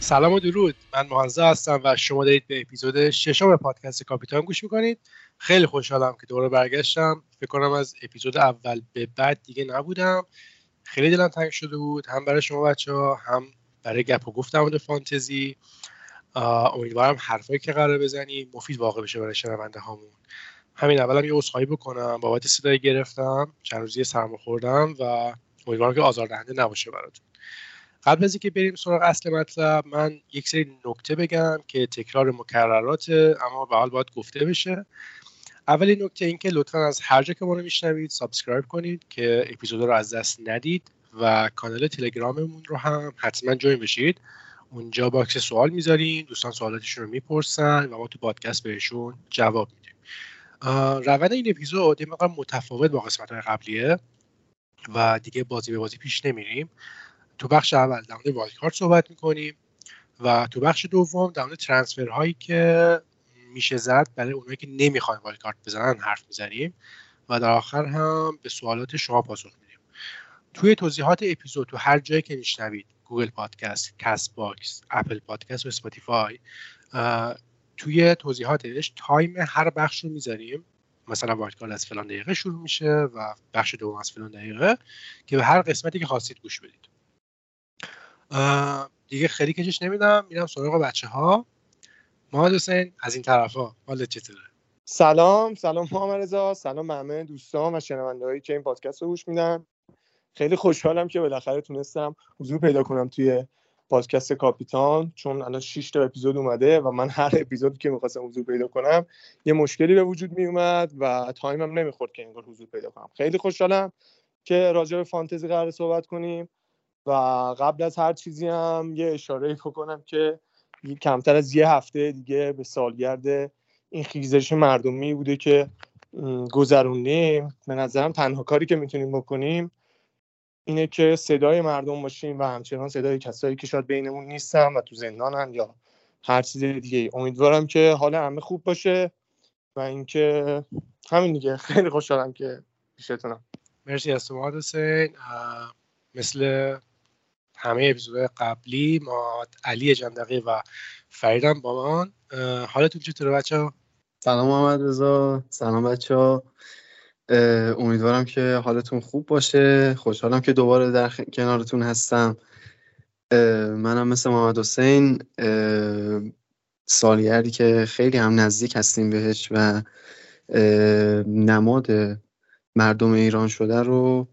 سلام و درود. من مهندس هستم و شما دارید به اپیزود 6 پادکست کاپیتان گوش میکنید. خیلی خوشحالم که دوباره برگشتم. فکر کنم از اپیزود اول به بعد دیگه نبودم. خیلی دلم تنگ شده بود، هم برای شما بچه‌ها، هم برای گپ و گفت در مورد فانتزی. امیدوارم حرفایی که قرار بزنیم مفید واقع بشه برای شنونده هامون. همین اولم یه عذرخواهی بکنم بابت صدای گرفتم، چند روزی سرما خوردم و امیدوارم که آزاردهنده نباشه براتون. قبل از اینکه بریم سراغ اصل مطلب، من یک سری نکته بگم که تکرار مکرراته اما به حال باید گفته بشه. اولین نکته این که لطفا از هر جا که ما رو میشنوید سابسکرایب کنید که اپیزودا رو از دست ندید و کانال تلگراممون رو هم حتما جوین بشید. اونجا باکس سوال میذارین، دوستان سوالاتشون رو میپرسن و ما تو پادکست بهشون جواب میدیم. روند این اپیزود یه مقدار متفاوت با قسمت‌های قبلیه و دیگه بازی به بازی پیش نمیریم. تو بخش اول در مورد وایلد کارت صحبت میکنیم و تو بخش دوم در مورد ترانسفر هایی که میشه زد برای اونایی که نمیخوان وایلد کارت بزنن حرف میزنیم و در آخر هم به سوالات شما پاسخ میدیم. توی توضیحات اپیزود تو هر جایی که میشنوید، گوگل پادکست، کست باکس، اپل پادکست و اسپاتیفای، توی توضیحاتش تایم هر بخش رو میذاریم. مثلا وایلد کارت از فلان دقیقه شروع میشه و بخش دوم از فلان دقیقه که به هر قسمتی که خواستید گوش بدید. دیگه خیلی کشش نمیدم، میرم سراغ بچه‌ها. محمد حسین از این طرفا، حالت چطوره؟ سلام محمد رضا، سلام به همه دوستان و شنونده‌هایی که این پادکست رو گوش میدن. خیلی خوشحالم که بالاخره تونستم حضور پیدا کنم توی پادکست کاپیتان، چون الان 6 تا اپیزود اومده و من هر اپیزودی که می‌خواستم حضور پیدا کنم یه مشکلی به وجود می اومد و تایمم نمیخورد که انگار حضور پیدا کنم. خیلی خوشحالم که راجع به فانتزی قرار صحبت کنیم و قبل از هر چیزی هم یه اشاره‌ای بکنم که کمتر از یه هفته دیگه به سالگرد این خیزش مردمی بوده که گذروندیم. به نظرم تنها کاری که میتونیم بکنیم اینه که صدای مردم باشیم و همچنان صدای کسایی که شاید بینمون نیستن و تو زندانن یا هر چیز دیگه. امیدوارم که حال همه خوب باشه و اینکه همین دیگه. خیلی خوشحالم که پیشتونم. مرسی از تو حسین. مثل همه اپیزودهای قبلی ما علی جندقی و فریدم با من. حالتون چطوره بچه‌ها؟ سلام محمد رضا، سلام بچه‌ها. امیدوارم که حالتون خوب باشه. خوشحالم که دوباره در کنارتون هستم. منم مثل محمد حسین سالگردی که خیلی هم نزدیک هستیم بهش و نماد مردم ایران شده رو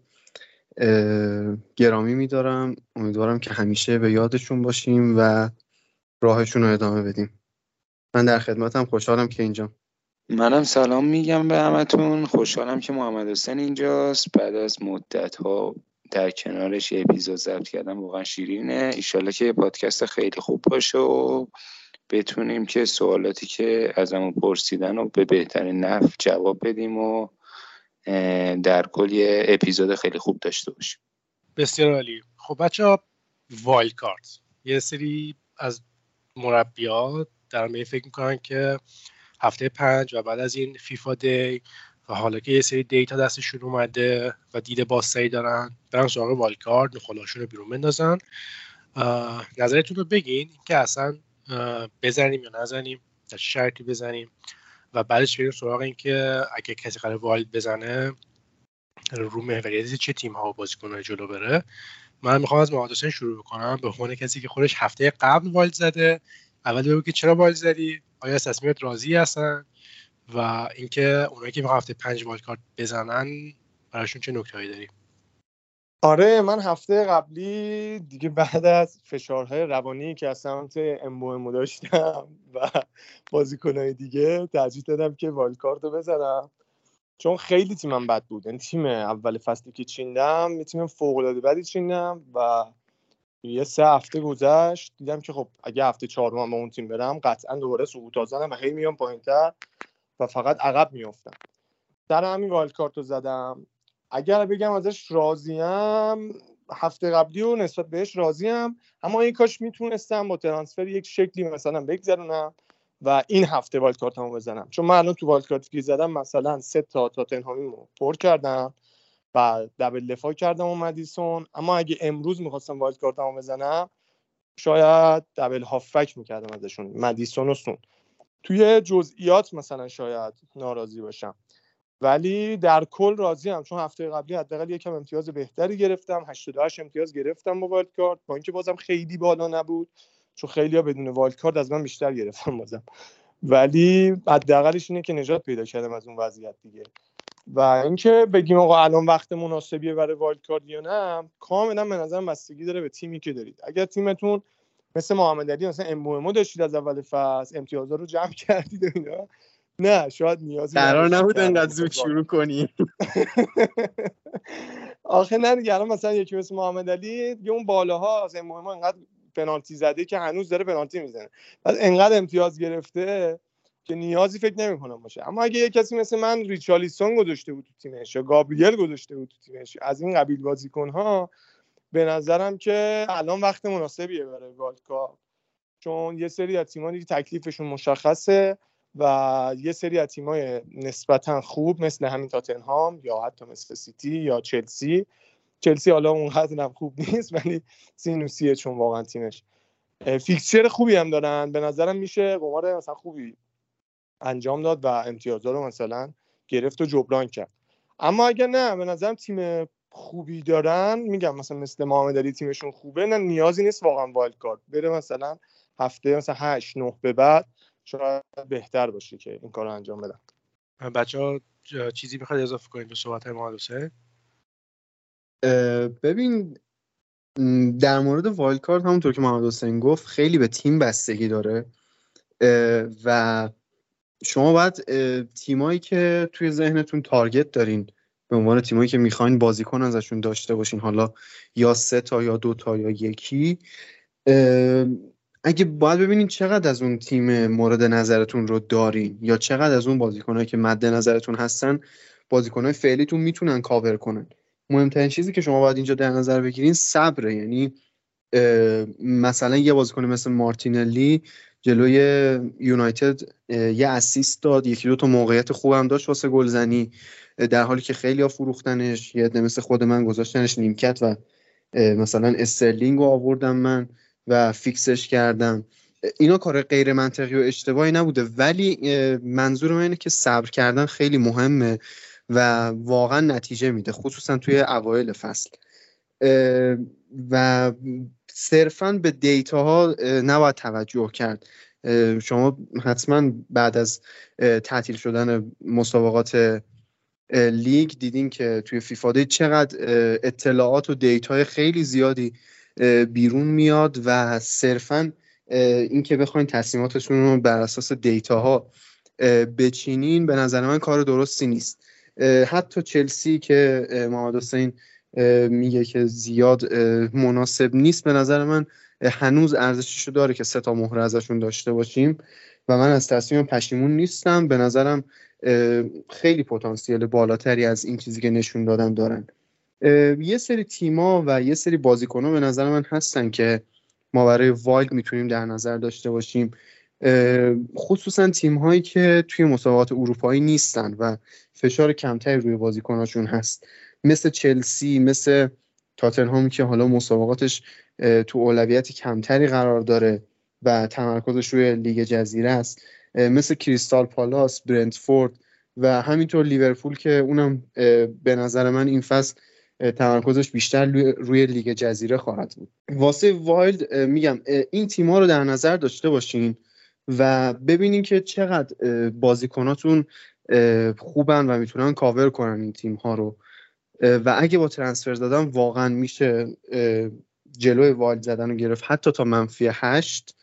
گرامی می‌دارم. امیدوارم که همیشه به یادشون باشیم و راهشون رو ادامه بدیم. من در خدمتم، خوشحالم که اینجام. منم سلام میگم به همتون. خوشحالم که محمد حسین اینجاست. بعد از مدت‌ها در کنارش یه اپیزود ضبط کردم، واقعا شیرینه. ایشالله که پادکست خیلی خوب باشه و بتونیم که سوالاتی که ازمون پرسیدن رو به بهترین نحو جواب بدیم و در کل یه اپیزود خیلی خوب داشته باشیم. بسیار عالی. خب بچه‌ها، وایلد کارت، یه سری از مربیات در می فکر میکنن که هفته 5 و بعد از این فیفا دی و حالا که یه سری دیتا دستشون اومده و دید بازسازی دارن، برن سراغ وایلد کارت، نخلاشون رو بیرون بندازن. نظرتون رو بگین که اصلا بزنیم یا نزنیم، در چه شرطی بزنیم و بعدش بریم سراغ این که اگه کسی قراره وایلد بزنه رو محوریت چه تیم ها و بازیکن‌ها جلو بره. من میخوام از محمد حسین شروع بکنم، به عنوان کسی که خودش هفته قبل وایلد زده. اول بگو که چرا وایلد زدی، آیا از تصمیمت راضی هستن و اینکه اونایی که میخوان هفته 5 وایلد کارت بزنن براشون چه نکته‌ای داری؟ آره، من هفته قبلی دیگه بعد از فشارهای روانی که از سمت امو داشتم و بازیکنهای دیگه ترجیح دادم که وایلد کارت رو بزنم، چون خیلی تیمم بد بود. این تیم اول فصلی که چیندم یه تیم فوق‌العاده بدی چیندم و یه 3 هفته گذشت دیدم که خب اگه هفته 4 با اون تیم برم قطعا دوباره سقوط آزارم و هی میام پایین‌تر و فقط عقب میافتم. در همین وایلد کارت رو زدم. اگر بگم ازش راضیم، هفته قبلی و نسبت بهش راضیم، اما این کاش میتونستم با ترانسفر یک شکلی مثلا بگذرونم و این هفته وایلد کارتمو بزنم. چون من الان تو وایلد کارتی که زدم مثلا 3 تا تاتنهامیمو پر کردم و دبل دفاع کردم و مدیسون، اما اگه امروز میخواستم وایلد کارتمو بزنم شاید دبل هافبک میکردم ازشون، مدیسون و سون. توی جزئیات مثلا شاید ناراضی باشم، ولی در کل راضیم، چون هفته قبلی حداقل یکم امتیاز بهتری گرفتم. 88 امتیاز گرفتم با وایلد کارت، با اینکه بازم خیلی بالا نبود چون خیلی‌ها بدون وایلد کارت از من بیشتر گرفتم بازم، ولی حداقلش اینه که نجات پیدا کردم از اون وضعیت دیگه. و اینکه بگیم آقا الان وقت مناسبیه برای وایلد کارت یا نه، کاملا به نظرم بستگی داره به تیمی که دارید. اگر تیمتون مثل محمد علی مثلا امبومو داشتید از اول فصل، امتیازا رو جمع کردید و اینا، نه شاید نیازی قرار نبود انقدر زود شروع کنی. آخه نه دیگه، الان مثلا یکی مثل محمد علی دیگه اون بالاها از امبومو انقدر پنالتی زده که هنوز داره پنالتی میزنه، بعد انقدر امتیاز گرفته که نیازی فکر نمی‌کنم باشه. اما اگه یه کسی مثل من ریچارلیسون گذاشته بود تو تیمش یا گابریل گذاشته بود تو تیمش، از این قبیل بازیکن‌ها، به نظرم که الان وقت مناسبیه برای وایلد کارت، چون یه سری از تیم‌ها دیگه تکلیفشون مشخصه و یه سری از تیم‌های نسبتاً خوب مثل همین تاتنهام یا حتی مثل سیتی یا چلسی حالا اونقدر خوب نیست ولی سینوسیه، چون واقعا تیمش فیکسچر خوبی هم دارن، به نظرم میشه قمار مثلا خوبی انجام داد و امتیازها رو مثلا گرفت و جبران کرد. اما اگر نه، به نظرم تیم خوبی دارن، میگم مثلا مثل محمد علی تیمشون خوبه، نه نیازی نیست واقعا وایلد کارت بره، مثلا هفته مثلا 8-9 به بعد شاید بهتر باشه که این کارو انجام بدن. بچه‌ها چیزی میخواد اضافه کنید به صحبت‌های محمد حسین؟ ببین در مورد وایلد کارت همونطور که محمد حسین گفت خیلی به تیم بستگی داره و شما باید تیمایی که توی ذهنتون تارگت دارین به عنوان تیمایی که میخواین بازیکن ازشون داشته باشین، حالا یا 3 تا یا 2 تا یا یکی، اگه باید ببینین چقدر از اون تیم مورد نظرتون رو دارین یا چقدر از اون بازیکنایی که مد نظرتون هستن بازیکنای فعلیتون میتونن کاور کنن. مهمترین چیزی که شما باید اینجا در نظر بگیرین صبره. یعنی مثلا یه بازیکن مثل مارتینلی جلوی یونایتد یه اسیست داد، یکی دو تا موقعیت خوبم داشت واسه گلزنی، در حالی که خیلی‌ها فروختنش. یه مثل خود من گذاشتنش نیمکت و مثلا استرلینگ رو آوردم من و فیکسش کردم. اینا کار غیر منطقی و اشتباهی نبوده، ولی منظور من اینه که صبر کردن خیلی مهمه و واقعا نتیجه میده، خصوصا توی اوایل فصل. و صرفاً به دیتاها نباید توجه کرد. شما حتما بعد از تعطیل شدن مسابقات لیگ دیدین که توی فیفا دی چقدر اطلاعات و دیتاهای خیلی زیادی بیرون میاد و صرفاً این که بخواین تصمیماتشون رو بر اساس دیتاها بچینین به نظر من کار درستی نیست. حتی چلسی که محمد حسین میگه که زیاد مناسب نیست، به نظر من هنوز ارزششو داره که 3 تا مهره ازشون داشته باشیم و من از تصمیم پشیمون نیستم. به نظرم خیلی پتانسیل بالاتری از این چیزی که نشون دادن دارن. یه سری تیما و یه سری بازیکن‌ها به نظر من هستن که ما برای وایلد میتونیم در نظر داشته باشیم، خصوصا تیم‌هایی که توی مسابقات اروپایی نیستن و فشار کمتری روی بازیکناشون هست، مثل چلسی، مثل تاتنهام که حالا مسابقاتش تو اولویت کمتری قرار داره و تمرکزش روی لیگ جزیره است، مثل کریستال پالاس، برنتفورد و همینطور لیورپول که اونم به نظر من این فصل تمرکزش بیشتر روی لیگ جزیره خواهد بود. واسه وایلد میگم این تیم‌ها رو در نظر داشته باشین و ببینین که چقدر بازیکناتون خوبن و میتونن کاور کنن این تیم‌ها رو و اگه با ترانسفر دادن واقعا میشه جلوی وایلد زدن رو گرفت، حتی تا -8.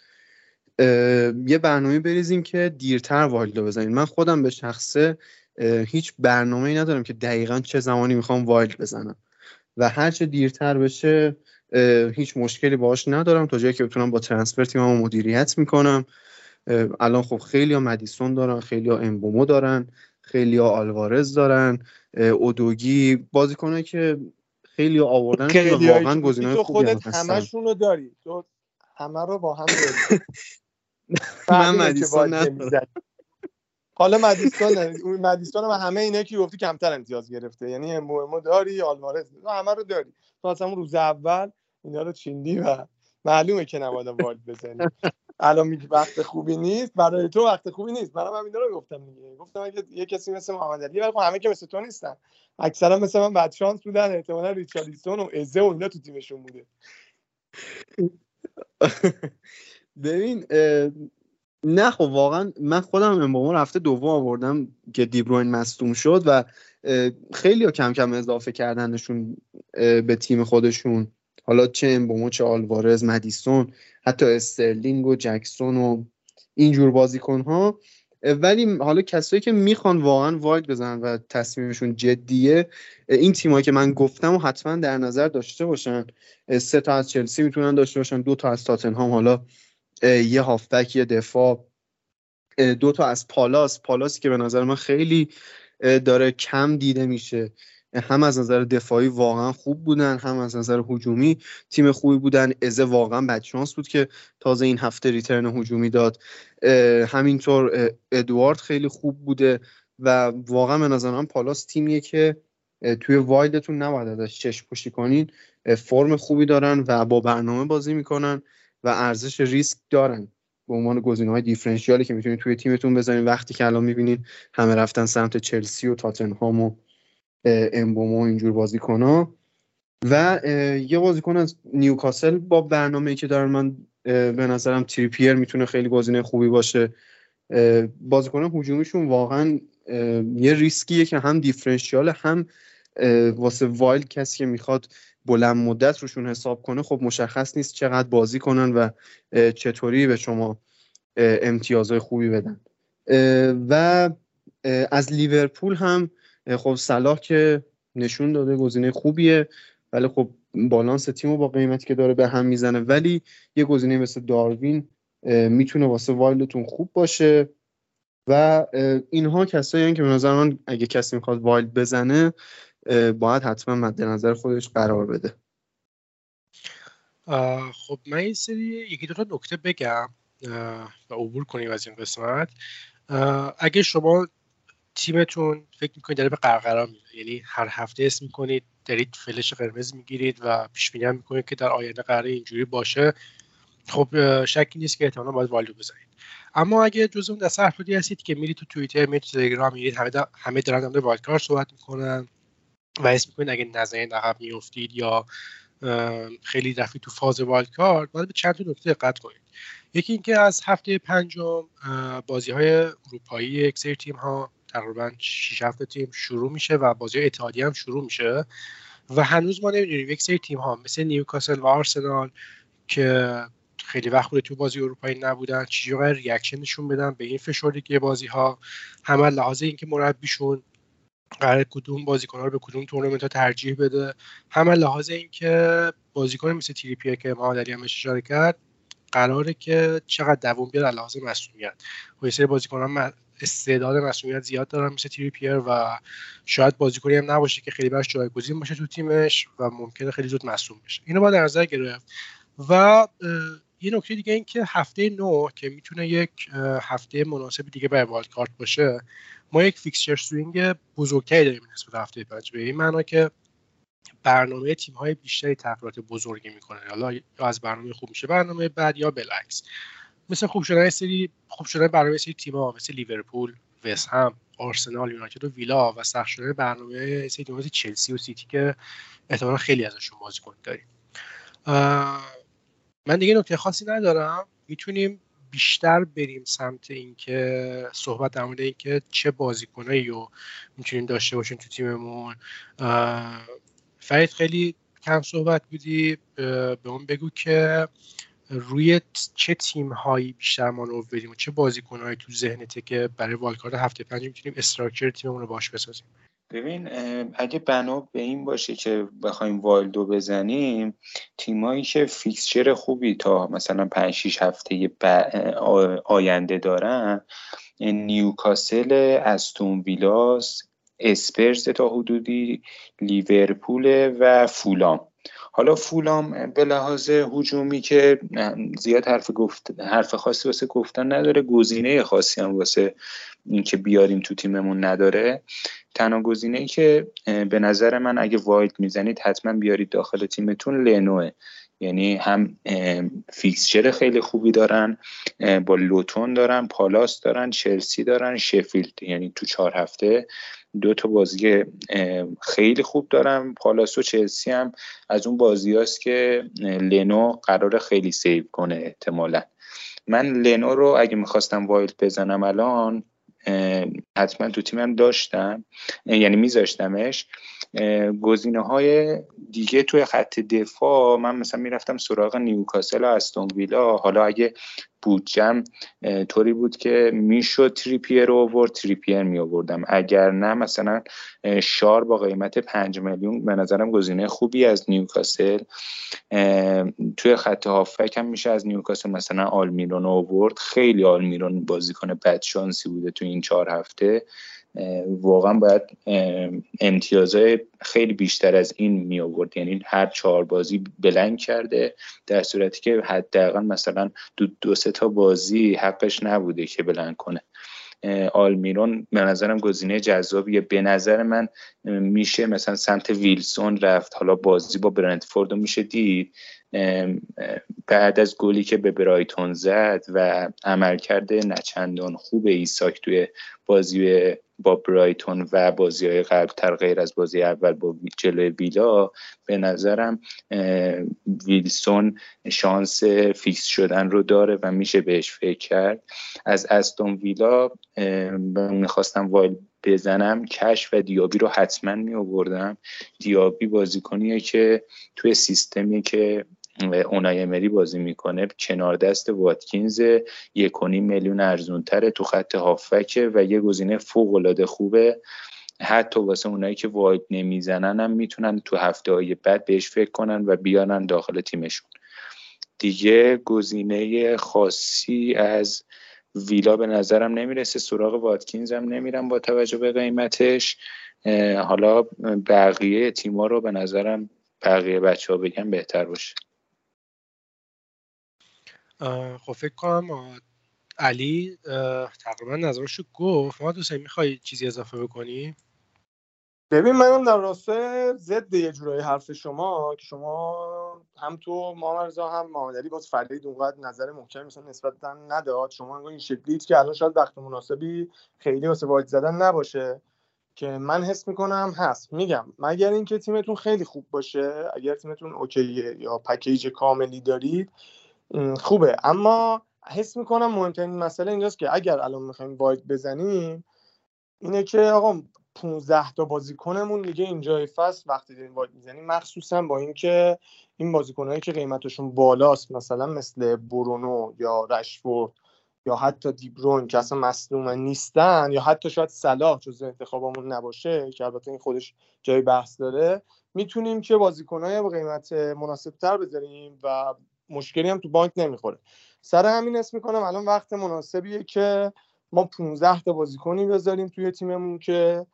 یه برنامه بریزین که دیرتر وایلد رو بزنین. من خودم به شخصه هیچ برنامه‌ای ندارم که دقیقاً چه زمانی میخوام وایلد بزنم و هر چه دیرتر بشه هیچ مشکلی باهاش ندارم تا جایی که بتونم با ترانسفر تیممو مدیریت میکنم. الان خب خیلی‌ها مدیسون دارن، خیلی‌ها امبومو دارن، خیلی‌ها آلوارز دارن، اودوگی، بازیکنایی که خیلی‌ها آوردنشون و واقعا گزینه‌های خوبی خودت هستن. همشون رو داری، تو همه رو با هم داری. من مدیسون ندارم. حالا مدیسون هم همه اینا که گفتی کمتر امتیاز گرفته، یعنی امبومو داری، آلوارز، همه رو داری. تو اصلا روز اول اینا رو چیندی و معلومه که نباید وایلد بزنی. الان میگی وقت خوبی نیست، برای تو وقت خوبی نیست. منم همین رو گفتم دیگه. گفتم اگه یه کسی مثل محمد علی، ولی همه که مثل تو نیستن، اکثرا مثل من بد شانس بودن، احتمالاً ریچارلیسون و ازه و اینا تو تیمشون بوده. ببین نه خب واقعا من خودم امبومو رفته دوم آوردم که دیبروین مصدوم شد و خیلی ها کم کم اضافه کردنشون به تیم خودشون، حالا چه امبومو چه آلوارز، مدیسون، حتی استرلینگ و جکسون و اینجور بازیکن ها. ولی حالا کسایی که میخوان واقعا وایلد بزنن و تصمیمشون جدیه، این تیمایی که من گفتم و حتما در نظر داشته باشن. 3 تا از چلسی میتونن داشته باشن، 2 تا از تاتنهام، حالا یه هافبک، یه دفاع، 2 تا از پالاسی که به نظر من خیلی داره کم دیده میشه. هم از نظر دفاعی واقعا خوب بودن، هم از نظر هجومی تیم خوبی بودن. ازه واقعا بدشانس بود که تازه این هفته ریترن هجومی داد. همینطور ادوارد خیلی خوب بوده و واقعا به نظر من پالاس تیمیه که توی وایلدتون نباید ازش چشم پوشی کنین. فرم خوبی دارن و با برنامه بازی میکنن و ارزش ریسک دارن به عنوان گزینه‌های دیفرنشیالی که میتونید توی تیمتون بزنید. وقتی که الان میبینید همه رفتن سمت چلسی و تاتنهام و امبومو و اینجور بازیکن‌ها. و یه بازیکن از نیوکاسل با برنامه‌ای که دارن، من به نظرم تریپیر میتونه خیلی گزینه خوبی باشه. بازیکنان هجومیشون واقعا یه ریسکیه که هم دیفرنشیال، هم واسه وایلد کسی که میخواد بلند مدت روشون حساب کنه خب مشخص نیست چقدر بازی کنن و چطوری به شما امتیازهای خوبی بدن. و از لیورپول هم خب صلاح که نشون داده گزینه خوبیه، ولی خب بالانس تیمو با قیمتی که داره به هم میزنه. ولی یه گزینه مثل داروین میتونه واسه وایلدتون خوب باشه. و اینها کسایی هستن که به نظر من اگه کسی میخواد وایلد بزنه باید حتما مد نظر خودش قرار بده. خب من این سری یکی دو تا نکته بگم و عبور کنیم از این قسمت. اگه شما تیمتون فکر میکنید داره به قرقرا میره، یعنی هر هفته اسم میکنید دارید فلش قرمز میگیرید و پیش بینی هم میکنید که در آینده قراره اینجوری باشه، خب شکی نیست که احتمالاً باید والو بزنید. اما اگه جزو اون دسته افرادی هستید که میرید تو توییتر، میرید تو تلگرام، میرید همه دارن در مورد وایلد کارت صحبت میکنن و اسم میکنید اگه نزنید عقب میافتید یا خیلی رفید تو فاز وایلد کارت، باید به چند تا نکته دقت کنید. یکی اینکه از هفته پنجم بازی‌های اروپایی یک سری تیم‌ها تقریباً 6-7 تیم شروع میشه و بازی اتحادیه هم شروع میشه و هنوز ما نمیدونیم یک سری تیم‌ها مثل نیوکاسل و آرسنال که خیلی وقت بوده تو بازی اروپایی نبودن چجوری قرار ریاکشن نشون بدن به این فشردگی بازی‌ها، هم از لحاظ اینکه مربیشون قرار کدوم بازیکن‌ها رو به کدوم تورنمنت‌ها ترجیح بده، هم از لحاظ اینکه بازیکن مثل تریپیر که محمد علی هم اشاره کرد قراره که چقدر دووم بیاد از لحاظ مسئولیت. و یه سری بازیکنان استعداد مسئولیت زیاد دارن مثل تریپیر و شاید بازیکنی هم نباشه که خیلی براش جایگزین باشه تو تیمش و ممکنه خیلی زود مصدوم بشه. اینو باید در نظر گرفت. و یه نکته دیگه این که هفته 9 که میتونه یک هفته مناسب دیگه برای وایلد کارت باشه، ما یک فیکسچر سوینگ بزرگتری داریم نسبت هفته 5 به این معنا که برنامه تیم‌های بیشتری تغییرات بزرگی میکنه، حالا یا از برنامه خوب میشه برنامه بعد یا بالعکس. مثل خوب شدن برنامه سری تیم‌ها مثل لیورپول، وست هم، آرسنال، یونایتد و ویلا و سخت شدن برنامه سری تیم‌ها مثل چلسی و سیتی که احتمالاً خیلی ازشون بازیکن داریم. من دیگه نکته خاصی ندارم. میتونیم بیشتر بریم سمت اینکه صحبت در مورد اینکه چه بازیکنایی رو میتونیم داشته باشیم تو تیممون. فرید خیلی کم صحبت بودی، به اون بگو که روی چه تیم‌هایی بیشتر مانور بدیم و چه بازیکنایی تو ذهنته که برای والکارت هفته 5 میتونیم استراکچر تیممون رو باش بسازیم. ببین اگه بنا به این باشه که بخوایم وایلدو بزنیم، تیمایی که فیکسچر خوبی تا مثلا 5-6 هفته آینده دارن، نیوکاسل، استون ویلاس، اسپرز تا حدودی، لیورپول و فولام. حالا فولام به لحاظ هجومی که زیاد حرف خاصی واسه گفتن نداره، گزینه خاصی هم واسه این که بیاریم تو تیممون نداره. تنها گزینه‌ای که به نظر من اگه وایلد میزنید حتما بیارید داخل تیمتون لنوه. یعنی هم فیکسچر خیلی خوبی دارن، با لوتون دارن، پالاس دارن، چلسی دارن، شفیلد. یعنی تو 4 هفته 2 تا بازی خیلی خوب دارن. پالاس و چلسی هم از اون بازی هاست که لنو قراره خیلی سیو کنه احتمالاً. من لنو رو اگه میخواستم وایلد بزنم الان حتما تو تیمم داشتم، یعنی میذاشتمش. گزینه‌های دیگه توی خط دفاع من مثلا میرفتم سراغ نیوکاسل و استون ویلا. حالا اگه بودجم طوری بود که میشد تریپیر رو آورد، تریپیر می آوردم. اگر نه مثلا شار با قیمت 5 میلیون به نظرم گزینه خوبی از نیوکاسل. توی خط هافک هم میشه از نیوکاسل مثلا آلمیرون آورد. خیلی آلمیرون بازیکن بد شانسی بوده تو این 4 هفته. واقعا باید امتیازهای خیلی بیشتر از این می آورد، یعنی هر 4 بازی بلند کرده، در صورتی که حداقل مثلا 2-3 تا بازی حقش نبوده که بلند کنه. آلمیرون به نظرم گزینه جذابیه. به نظر من میشه مثلا سمت ویلسون رفت. حالا بازی با برنتفورد میشه دید بعد از گلی که به برایتون زد و عملکرد نچندان خوب ایساک توی بازی با برایتون و بازی‌های قبل‌تر غیر از بازی اول با جلوی ویلا، به نظرم ویلسون شانس فیکس شدن رو داره و میشه بهش فکر کرد. از استون ویلا میخواستم وایل بزنم، کش و دیابی رو حتما می آوردم. دیابی بازیکنیه که توی سیستمی که اونای امری بازی میکنه کنار دست واتکینز 1.5 میلیون ارزونتره، تو خط هافکه و یه گزینه فوق العاده خوبه. حتی واسه اونایی که واید نمیزنن هم میتونن تو هفته‌های بعد بهش فکر کنن و بیارن داخل تیمشون. دیگه گزینه خاصی از ویلا به نظرم نمیرسه. سراغ واتکینز هم نمیرم با توجه به قیمتش. حالا بقیه تیما رو به نظرم بقیه بچه ها بگم بهتر باشه. خب فکر کنم علی تقریبا نظرشو گفت. ما دوستان میخوای چیزی اضافه بکنی؟ ببین منم در راستای ضد یه جورایی حرف شما که شما هم تو محمد رضا هم محمد علی باز فرید اونقدر نظر محکمی مثلا نسبت نداد. شما این شکلیت که الان شاید وقت مناسبی خیلی واسه واید زدن نباشه که من حس میکنم هست. میگم مگر اینکه تیمتون خیلی خوب باشه، اگر تیمتون اوکیه یا پکیج کاملی دارید خوبه. اما حس میکنم مهمترین مسئله اینجاست که اگر الان میخوایم واید بزنیم اینه که آقا 15 تا بازیکنمون دیگه اینجای فصل وقتی داریم واید میزنیم، مخصوصا با اینکه این بازیکنایی که قیمتشون بالاست مثلا مثل برونو یا رشفورد یا حتی دیبروین که اصلا مصدوم نیستن، یا حتی شاید صلاح جزو انتخابمون نباشه که البته این خودش جای بحث داره، میتونیم که بازیکنای با قیمت مناسب‌تر بذاریم و مشکلی هم تو بانک نمیخوره. سر همین اسم میکنم الان وقت مناسبیه که ما 15 تا بازیکنی بذاریم توی تیممون که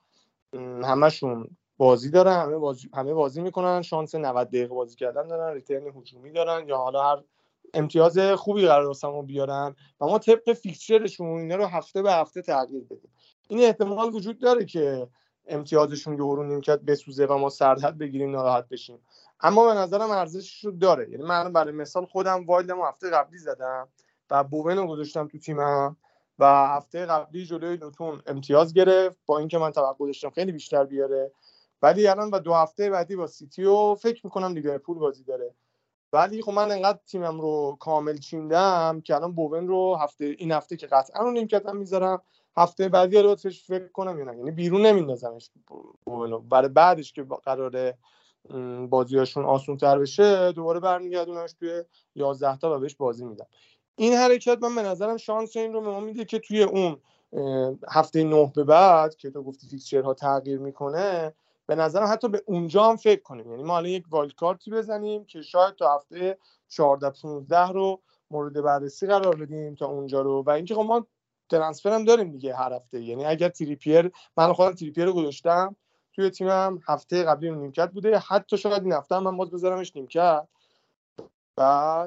همشون بازی دارن، همه بازی میکنن، شانس 90 دقیقه بازی کردن دارن، ریترن هجومی دارن یا حالا هر امتیاز خوبی قرار واسمون بیارن و ما طبق فیکسچرشون اینا رو هفته به هفته تغییر بدیم. این احتمال وجود داره که امتیازشون یهو نیمکت بسوزه و ما سردحد بگیریم ناراحت بشیم، اما به نظرم ارزشش رو داره. یعنی من برای مثال خودم وایلدمو هفته قبلی زدم و بوون رو گذاشتم تو تیمم و هفته قبلی جلوی لوتون امتیاز گرفت با اینکه من توقع داشتم خیلی بیشتر بیاره، ولی الان و 2 هفته بعدی با سیتی و فکر میکنم لیورپول بازی داره. ولی خب من انقدر تیمم رو کامل چیندم که الان بوون رو این هفته که قطعا رو نیمکتم میذارم، هفته بعدی رو فکر کنم یا نه، یعنی بیرون نمیندازمش بوون رو. برای بعدش که قراره بازیاشون آسان‌تر بشه دوباره برمیگردونمش توی 11 تا و بهش بازی میدم. این حرکت من به نظرم شانس این رو به ما میده که توی اون هفته 9 به بعد که تو گفتی فیکسچرها تغییر میکنه، به نظرم حتی به اونجا هم فکر کنیم. یعنی ما الان یک وایلد کارتی بزنیم که شاید تا هفته 14 15 رو مورد بررسی قرار بدیم تا اونجا رو. و اینکه خب ما ترانسفر هم داریم دیگه هر هفته. یعنی اگر تریپیر، من خودم تریپیر رو گذاشتم توی تیمم، هفته قبلی نیمکت بوده، حتی شاید این هفته هم من باز بذارمش نیمکت. بعد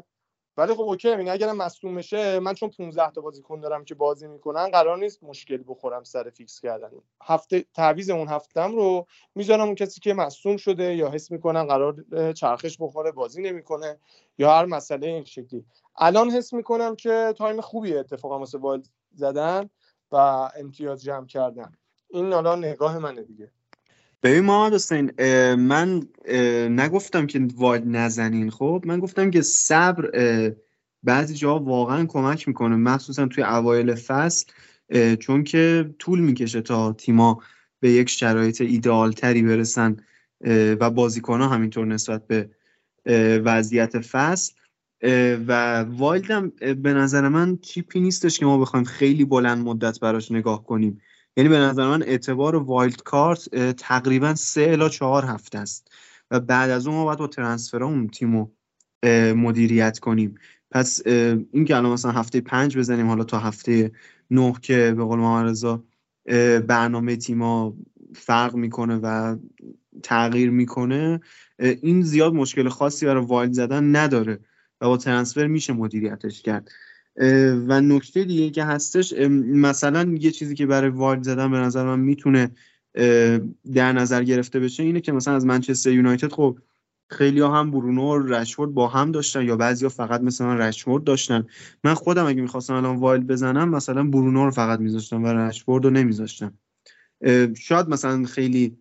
ولی خب اوکی، یعنی اگرم مصدوم بشه من چون 15 تا بازیکن دارم که بازی میکنن قرار نیست مشکل بخورم سر فیکس کردن. هفته تعویض اون هفتم رو میذارم اون کسی که مصدوم شده یا حس میکنن قرار چرخش بخوره بازی نمیکنه یا هر مسئله این شکلی. الان حس میکنم که تایم خوبیه اتفاقا واسه وایلد زدن و امتیاز جمع کردن. این حالا نگاه منه دیگه. ببین محمد حسین، من نگفتم که وایلد نزنین. خب من گفتم که صبر بعضی جاها واقعا کمک میکنه، مخصوصا توی اوایل فصل، چون که طول میکشه تا تیما به یک شرایط ایدئال تری برسن و بازیکن‌ها همینطور نسبت به وضعیت فصل. و وایلد هم به نظر من چیپی نیستش که ما بخوایم خیلی بلند مدت براش نگاه کنیم. یعنی به نظر من اعتبار وایلد کارت تقریبا 3 الی 4 هفته است و بعد از اون ما باید با ترنسفرامون تیمو مدیریت کنیم. پس این که الان مثلا هفته 5 بزنیم حالا تا هفته 9 که به قول محمد رضا برنامه تیما فرق میکنه و تغییر میکنه، این زیاد مشکل خاصی برای وایلد زدن نداره و با ترنسفر میشه مدیریتش کرد. و نکته دیگه که هستش، مثلا یه چیزی که برای وایلد زدن به نظر من میتونه در نظر گرفته بشه اینه که مثلا از منچستر یونایتد خب خیلی ها هم برونو و رشفورد با هم داشتن یا بعضی ها فقط مثلا رشفورد داشتن. من خودم اگه میخواستم الان وایلد بزنم مثلا برونو رو فقط میذاشتم و رشفورد رو نمیذاشتم. شاید مثلا خیلی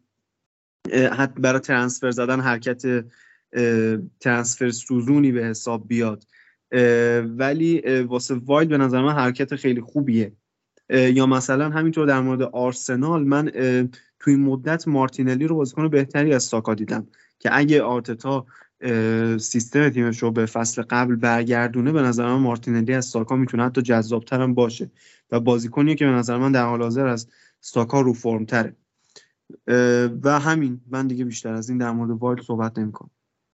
برای ترنسفر زدن حرکت ترنسفر سوزونی به حساب بیاد، ولی واسه وایلد به نظر من حرکت خیلی خوبیه. یا مثلا همینطور در مورد آرسنال، من توی این مدت مارتینلی رو بازیکن بهتری از ساکا دیدم که اگه آرتتا سیستم تیمش رو به فصل قبل برگردونه به نظر من مارتینلی از ساکا میتونه حتی جذاب‌تر هم باشه و بازیکنیه که به نظر من در حال حاضر از ساکا رو فرم تره. و همین، من دیگه بیشتر از این در مورد وایلد صحبت نمی‌کنم.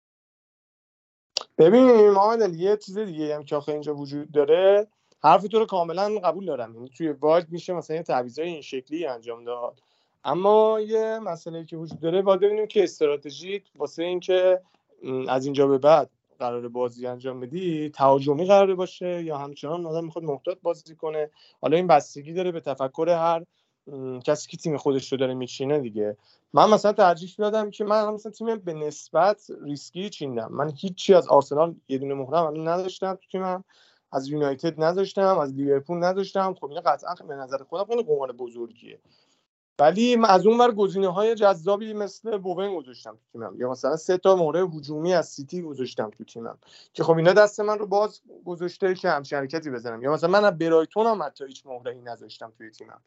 ببین محمد، یه چیز دیگه هم که آخه اینجا وجود داره، حرف تو رو کاملا قبول دارم. یعنی توی وایلد میشه مثلا یه تعویضای این شکلی انجام داد، اما یه مسئله که وجود داره باید ببینیم که استراتژی واسه این که از اینجا به بعد قرار بازی انجام بدی تهاجمی قراره باشه یا همچنان آدم میخواد محتاط بازی کنه. حالا این بستگی داره به تفکر هر کسی که تیم خودش رو داره میچینه دیگه. من مثلا ترجیح دادم که من مثلا تیم به نسبت ریسکی چیندم. من هیچی از آرسنال یه دونه مهرم الان نداشتم تو تیمم، از یونایتد نداشتم، از لیورپول نداشتم. خب این قطعا به نظر خودم خیلی قمار بزرگیه، ولی من از اون ور گزینه‌های جذابی مثل بوون گذاشتم تو تیمم، یا مثلا 3 تا مهره هجومی از سیتی گذاشتم تو تیمم که خب اینا دست من رو باز گذاشته که همچین حرکتی بزنم. یا مثلا من از برایتون هم حتی هیچ مهره‌ای نذاشتم توی تیمم،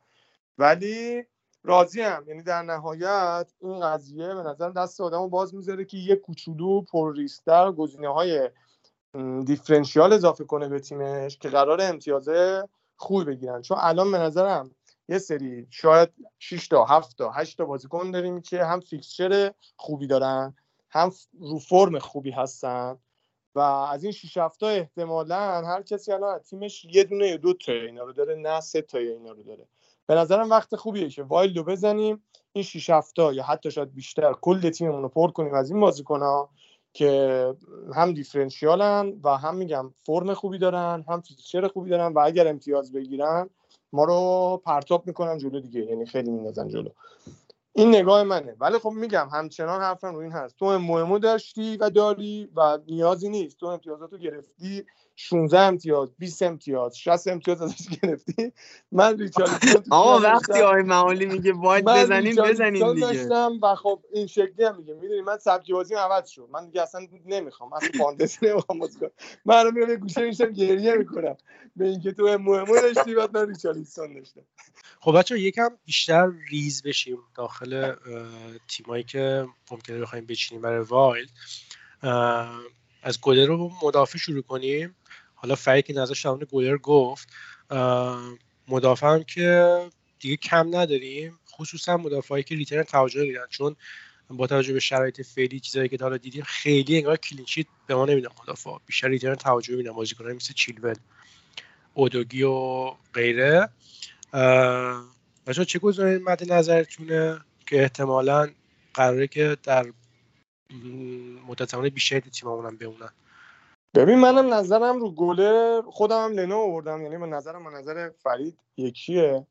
ولی راضیم. یعنی در نهایت این قضیه به نظر دست آدمو باز میذاره که یه کوچولو پر ریسک‌تر گزینه‌های دیفرنشیال اضافه کنه به تیمش که قرار امتیازه خوب بگیرن. چون الان به نظرم یه سری شاید 6 تا 7 تا 8 تا بازیکن داریم که هم فیکسچر خوبی دارن هم رو فرم خوبی هستن و از این 6 7 تا احتمالاً هر کسی الان از تیمش یه دونه یا دو تا اینا رو داره، نه 3 تا اینا رو داره. به نظرم وقت خوبیه که وایلد رو بزنیم، این 6 7 تا یا حتی شاید بیشتر کل تیممون رو پر کنیم از این بازیکن‌ها که هم دیفرنشیالن و هم میگم فرم خوبی دارن، هم فیکسچر خوبی دارن و اگر امتیاز بگیرن ما رو پرتاب میکنن جلو دیگه، یعنی خیلی میندازن جلو. این نگاه منه. ولی خب میگم همچنان حرفم رو این هست، تو مهمو داشتی و داری و نیازی نیست، تو امتیازاتو گرفتی، 16 امتیاز 20 امتیاز 60 امتیاز ازش گرفتی. من ریچارلیسون تو آقا تیمم وقتی داشتم، آقای معالی میگه وایلد من بزنین ریچارلیسون دیگه. داشتم و خب این شکلی هم میگه، میدونی من سبک بازیم عوض شد، من دیگه اصلا نمیخوام، اصلا فانتزی نمیخوام بازی کنم. من الان میرم یه گوشه میشم گریه میکنم به اینکه تو مهمو داشتی بعد من ریچارلیسون داشتم. خب بچه‌ها یکم بیشتر ریز بشیم داخل تیمایی که ممکنه بخوایم بچینیم برای وایلد. از گلر رو مدافع شروع کنیم. حالا فرید که نظرش در گلر گفت، مدافع هم که دیگه کم نداریم، خصوصا مدافعایی که ریترن تهاجمی میدن، چون با توجه به شرایط فعلی چیزایی که حالا دیدیم خیلی انگار کلین شیت به ما نمیدن مدافع، بیشتر ریترن تهاجمی میدن، بازیکنایی مثل چیلول، اودوگی و غیره. بچه‌ها چه گزینه‌ای مد نظرتونه که احتمالاً قراره که در مدت زمان بیشتری تو تیممون هم بمونن؟ ببین منم نظرم رو گلر خودم هم لنو آوردم، یعنی من نظرم با نظر فرید یکیه.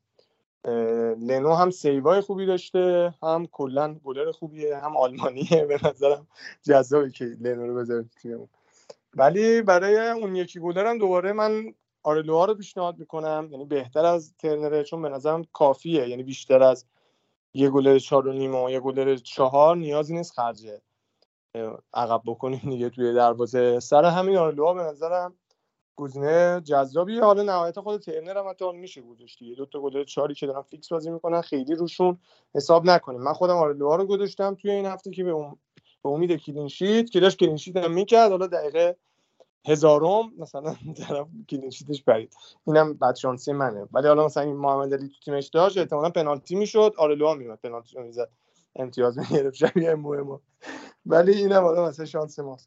لنو هم سیوای خوبی داشته، هم کلا گلر خوبیه، هم آلمانیه. به نظرم جذابه که لنو رو بذاره تو تیممون. ولی برای اون یکی گلر هم دوباره من آرلوها رو پیشنهاد میکنم، یعنی بهتر از ترنره، چون به نظرم کافیه، یعنی بیشتر از یه گلر 4.5 و یه گلر 4 نیازی نیست خرج عقب بکنیم دیگه توی دروازه. سر همین آرلوها به نظرم گزینه جذابیه. حالا نهایت خود ترنر هم حتی میشه گذاشت دیگه، 2 تا گلر 4 که دارن فیکس بازی میکنن، خیلی روشون حساب نکنیم. من خودم آرلوها رو گذاشتم توی این هفته که به امید کلین شیت که داشت کلین شیت هم میکرد، حالا دقیقه هزارم مثلا طرف کلین شیتش برید، اینم بد شانسی منه. ولی حالا مثلا این محمد علی تو تیمش داشت، احتمالاً پنالتی میشد، آرلوها میومد پنالتی رو میزد، امتیاز میگرفت شبیه مهم. ولی اینم حالا مثلا شانس ماست.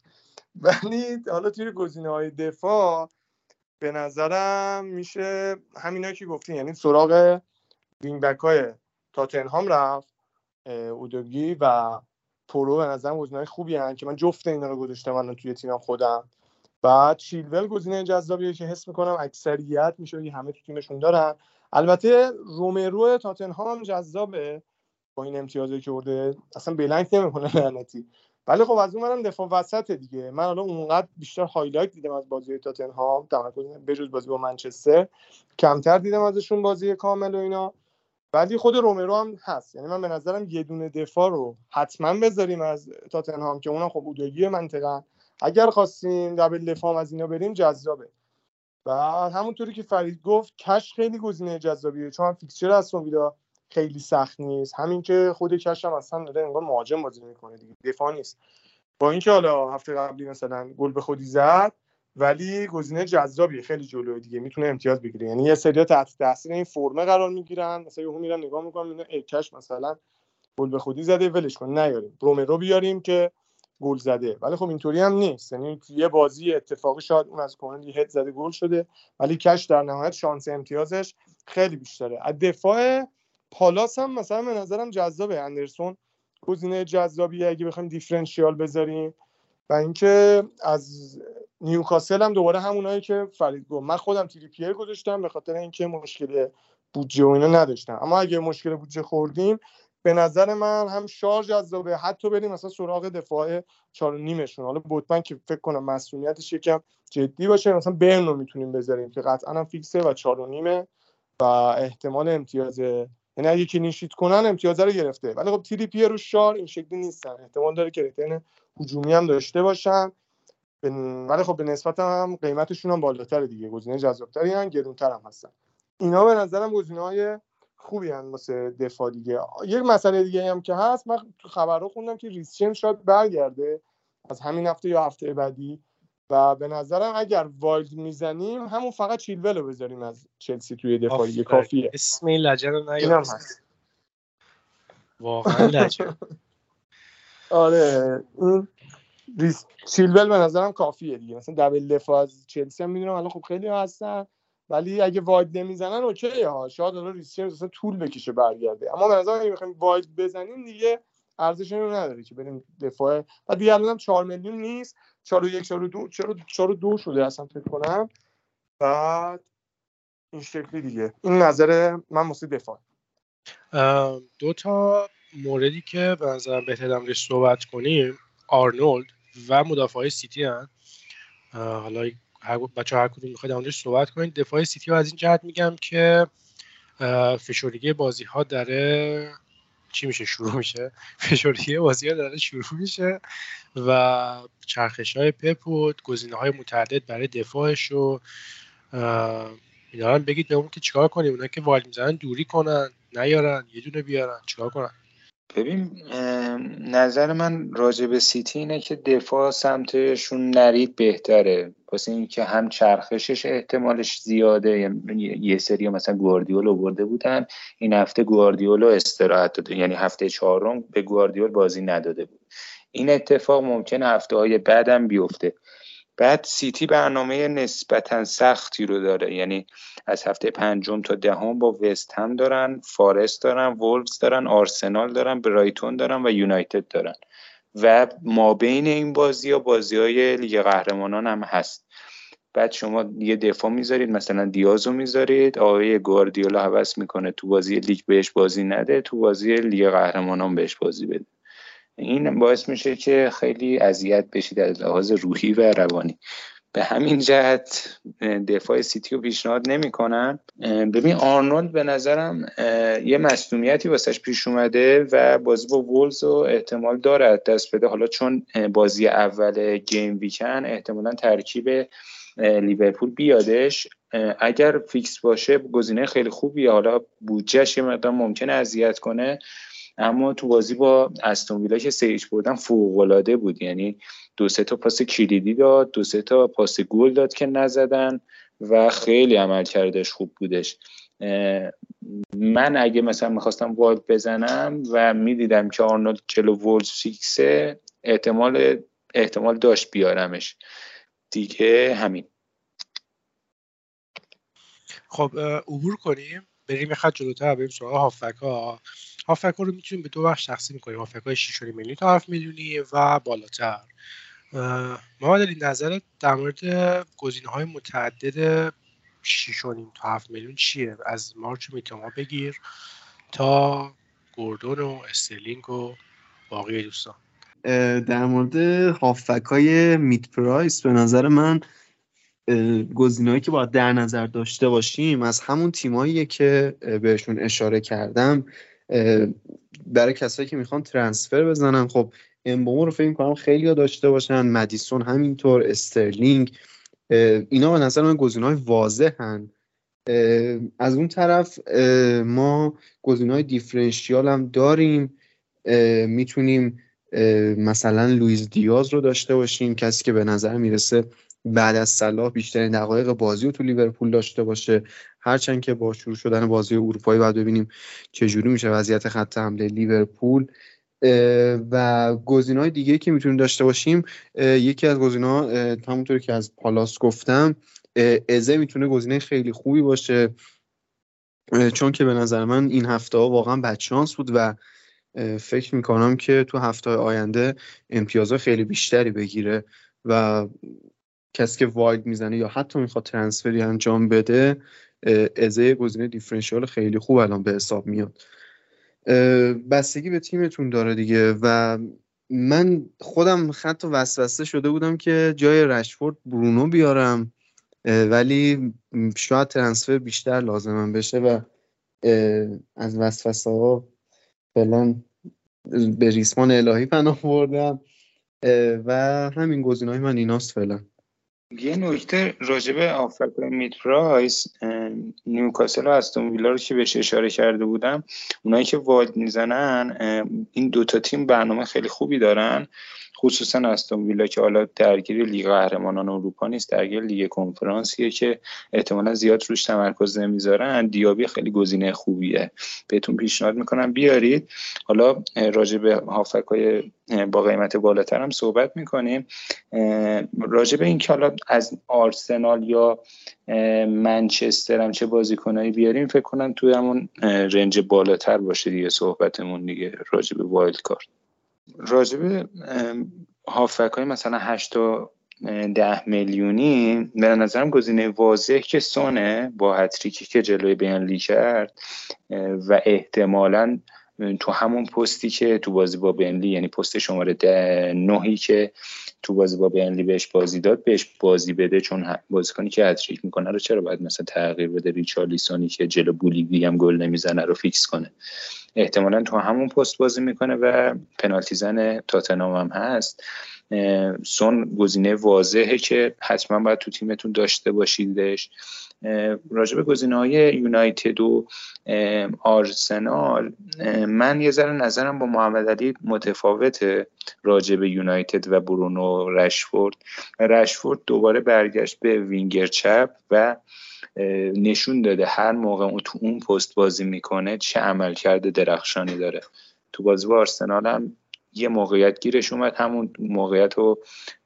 ولی حالا توی گزینه‌های دفاع به نظرم میشه همینا که گفتین، یعنی سراغ وینگ بک های تاتنهام رفت، اودوگی و پرو به نظرم گزینه‌های خوبی هستن که من جفت اینا رو گذاشتم الان توی تیمم خودم. بعد چیلول گزینه جذابیه که حس میکنم اکثریت میشه همه تو تیمشون دارن. البته رومرو تاتنهام هم جذابه با این امتیازی که برده، اصلا بلنک نمیکنه لعنتی. ولی خب از اون منم دفاع وسط دیگه. من حالا اونقدر بیشتر هایلایت دیدم از بازی تاتنهام، تمرکز بجز بازی با منچستر کمتر دیدم ازشون بازی کامل و اینا. ولی خود رومرو هم هست، یعنی من به نظرم یه دونه دفاع رو حتما بذاریم از تاتنهام که اونم خب اودوگی منطقه، اگر خواستیم دبل دفاع از اینا بریم جذابه. و همونطوری که فرید گفت کش خیلی گزینه جذابیه، چون فیکسچر استون ویلا خیلی سخت نیست، همین که خود کش هم اصلا داره انگار مهاجم بازی میکنه دیگه، دفاع نیست. با اینکه حالا هفته قبلی مثلا گل به خودی زد، ولی گزینه جذابیه، خیلی جلوی دیگه میتونه امتیاز بگیره. یعنی یه سری تحت تاثیر این فرمه قرار میگیرن، مثلا یهو میرن نگاه میکنن اینا کش مثلا گل به خودی زده، ولش کن نیاریم، رومرو بیاریم که گل زده. ولی خب اینطوری هم نیست، یعنی یه بازی اتفاقی شاید اون از کنن هد زده گل شده، ولی کش در نهایت شانس امتیازش خیلی بیشتره. از دفاع پالاس هم مثلا به نظرم جذابه، اندرسون گزینه جذابیه اگه بخوایم دیفرنشیال بذاریم. و اینکه از نیوکاسل هم دوباره همونایی که فرید گفت، من خودم تریپیر گذاشتم به خاطر اینکه مشکل بودجه و اینا نداشتم، اما اگه مشکل بودجه خوردیم به نظر من هم شارژ جذابه، حتی بریم مثلا سراغ دفاع 4.5 حالا بوتمن که فکر کنم مسئولیتش یکم جدی باشه، مثلا برنو میتونیم بذاریم که قطعا هم فیکسه و 4.5 و احتمال امتیاز، یعنی اگه کلین شیت کنن امتیاز رو گرفته. ولی خب تریپیر و شار این شکلی نیستن، احتمال داره که ریترن هجومی هم داشته باشن، ولی خب به نسبت هم قیمتشون هم بالاتره دیگه، گزینه جذابتری ان، گرونتر هم هستن. اینا به نظرم گزینه‌های خوبی ان واسه دفاع دیگه. یک مسئله دیگه هم که هست، من تو خبرها خوندم که ریسچن شاید برگرده از همین هفته یا هفته بعدی، و به نظرم اگر وایلد میزنیم همون فقط چیلول رو بذاریم از چلسی توی دفاعی کافیه. اسم این لجن رو اینم هست واقعا لجن. آره این چیلول به نظرم کافیه دیگه، مثلا دبل دفاع از چلسی هم میدونم الان خب خیلی هستن، ولی اگه واید نمیزنن اوکیه ها، شاید الان ریسچن مثلا طول بکشه برگرده، اما به نظرم اگه بخوایم واید بزنیم دیگه ارزش اینو نداره که بریم دفاع. بعد دیگه الانم 4 میلیون نیست، 4.1 4.2 شده اصلا فکر کنم. بعد این شکلی دیگه این نظر من واسه دفاع. دو تا موردی که به نظرم بهتره درش صحبت کنیم، آرنولد و مدافعای سیتی هن. حالا بچه هر کدوم میخواید درش صحبت کنید. دفاع سیتی رو از این جهت میگم که فشردگی بازی ها داره شروع میشه و چرخش های پپ و گزینه های متعدد برای دفاعش رو اینا بگید به اون که چیکار کنیم، اونا که وایلد میزنن دوری کنن نیارن یه دونه بیارن چیکار کنن. ببین نظر من راجع به سیتی اینه که دفاع سمتشون نرید بهتره، واسه اینکه هم چرخشش احتمالش زیاده، یه سری مثلا گواردیول آورده بودن این هفته گواردیول استراحت داده، یعنی هفته 4 به گواردیول بازی نداده بود، این اتفاق ممکنه هفته های بعدم بیفته. بعد سیتی برنامه نسبتا سختی رو داره، یعنی از هفته 5 تا 10 با وست هم دارن، فارست دارن، وولفز دارن، آرسنال دارن، برایتون دارن و یونایتد دارن و ما بین این بازی‌های لیگ قهرمانان هم هست. بعد شما یه دفاع میذارید، مثلا دیازو میذارید، آقای گواردیولا هوس میکنه تو بازی لیگ بهش بازی نده، تو بازی لیگ قهرمانان بهش بازی بده. این باعث میشه که خیلی اذیت بشید از لحاظ روحی و روانی. به همین جهت دفاع سیتی رو پیشنهاد نمی‌کنم. ببین آرنولد به نظرم یه مصدومیتی واسش پیش اومده و بازی با وولز رو احتمال داره دست بده. حالا چون بازی اول گیم ویکن احتمالاً ترکیب لیورپول بیادش، اگر فیکس باشه گزینه خیلی خوبیه. حالا بودجهش یه مقدار ممکنه اذیت کنه، اما تو بازی با استون ویلا که 3-0 بردن فوق‌العاده بود. یعنی 2-3 تا پاس کلیدی داد، 2-3 تا پاس گل داد که نزدن و خیلی عملکردش خوب بودش. من اگه مثلا میخواستم وایلد بزنم و میدیدم که آرنولد جلو وولز فیکسه، احتمال داشت بیارمش دیگه. همین. خب عبور کنیم، بریم یه خط جلوتر، بریم سراغ هافبک‌ها رو میتونیم به دو بخش تقسیم کنیم: هافبک‌های 6.5 میلیون تا 7 میلیونی و بالاتر. محمد علی، نظرت در مورد گزینه‌های متعدد 6.5 تا 7 میلیون چیه؟ از مارچ میتوما بگیر تا گوردون و استرلینگ و باقی دوستان. در مورد هافبک‌های مید پرایس به نظر من گزینه‌هایی که باید در نظر داشته باشیم از همون تیماییه که بهشون اشاره کردم. برای کسایی که میخوان ترانسفر بزنن، خب امبومو رو فکر می‌کنم خیلی‌ها داشته باشن، مدیسون همینطور، استرلینگ، اینا به نظر من گزینه‌های واضحن. از اون طرف ما گزینه‌های دیفرنشیال هم داریم. میتونیم مثلا لوئیس دیاز رو داشته باشیم، کسی که به نظر میرسه بعد از صلاح بیشترین دقایق بازی رو تو لیورپول داشته باشه. هرچند که با شروع شدن بازی اروپایی باید ببینیم چجوری میشه وضعیت خط حمله لیورپول. و گزینه‌های دیگه که میتونیم داشته باشیم، یکی از گزینه‌ها همونطوری که از پالاس گفتم، ازه میتونه گزینه خیلی خوبی باشه، چون که به نظر من این هفته ها واقعا بدشانس بود و فکر میکنم که تو هفته آینده امتیازها خیلی بیشتری بگیره و کسی که واید میزنه یا حتی میخواد ترانسفری انجام بده، ازه گزینه دیفرنشیال خیلی خوب الان به حساب میاد. بستگی به تیمتون داره دیگه. و من خودم حتی وسوسه شده بودم که جای رشفورد برونو بیارم، ولی شاید ترانسفر بیشتر لازمم بشه و از وسوسه ها فعلا به ریسمان الهی پناه بردم و همین گزینه‌های من ایناست فعلا. یه نکته راجب آفریقای مید پرایس، نیوکاسل و استون ویلا رو که بهش اشاره کرده بودم، اونایی که وایلد میزنن این دوتا تیم برنامه خیلی خوبی دارن، خصوصا استون ویلا که حالا درگیر لیگ قهرمانان اروپا نیست، درگیر لیگ کنفرانسیه که احتمالا زیاد روش تمرکز نمیذارن. دیابی خیلی گزینه خوبیه، بهتون پیشنهاد میکنم بیارید. حالا راجع به هافکای با قیمت بالاتر هم صحبت میکنیم. راجع به این که حالا از آرسنال یا منچستر هم چه بازیکنایی بیاریم، فکر کنم توی همون رنج بالاتر باشه دیگه صحبتمون دیگه راجع به وایلد کارت. راجع به هافبک‌های مثلا 8 تا 10 میلیونی به نظرم گزینه واضح که سونه با هتریکی که جلوی بینلی کرد و احتمالاً تو همون پستی که تو بازی با بینلی، یعنی پست شماره 9 که تو بازی با بینلی بهش بازی داد، بهش بازی بده، چون بازیکنی که هتریک میکنه رو چرا باید مثلا تغییر بده؟ ریچارلیسونی که جلو بولیوی هم گل نمیزنه رو فیکس کنه. احتمالاً تو همون پست بازی میکنه و پنالتی زن تاتنهام هم هست. سون گزینه واضحه که حتما باید تو تیمتون داشته باشیدش. راجع به گزینه‌های یونایتد و آرسنال، من یه ذره نظرم با محمد علی متفاوته راجع به یونایتد و برونو رشفورد دوباره برگشت به وینگر چپ و نشون داده هر موقع اون تو اون پست بازی میکنه چه عملکرد درخشانی داره. تو بازی با آرسنال هم یه موقعیت گیرش اومد، همون موقعیت رو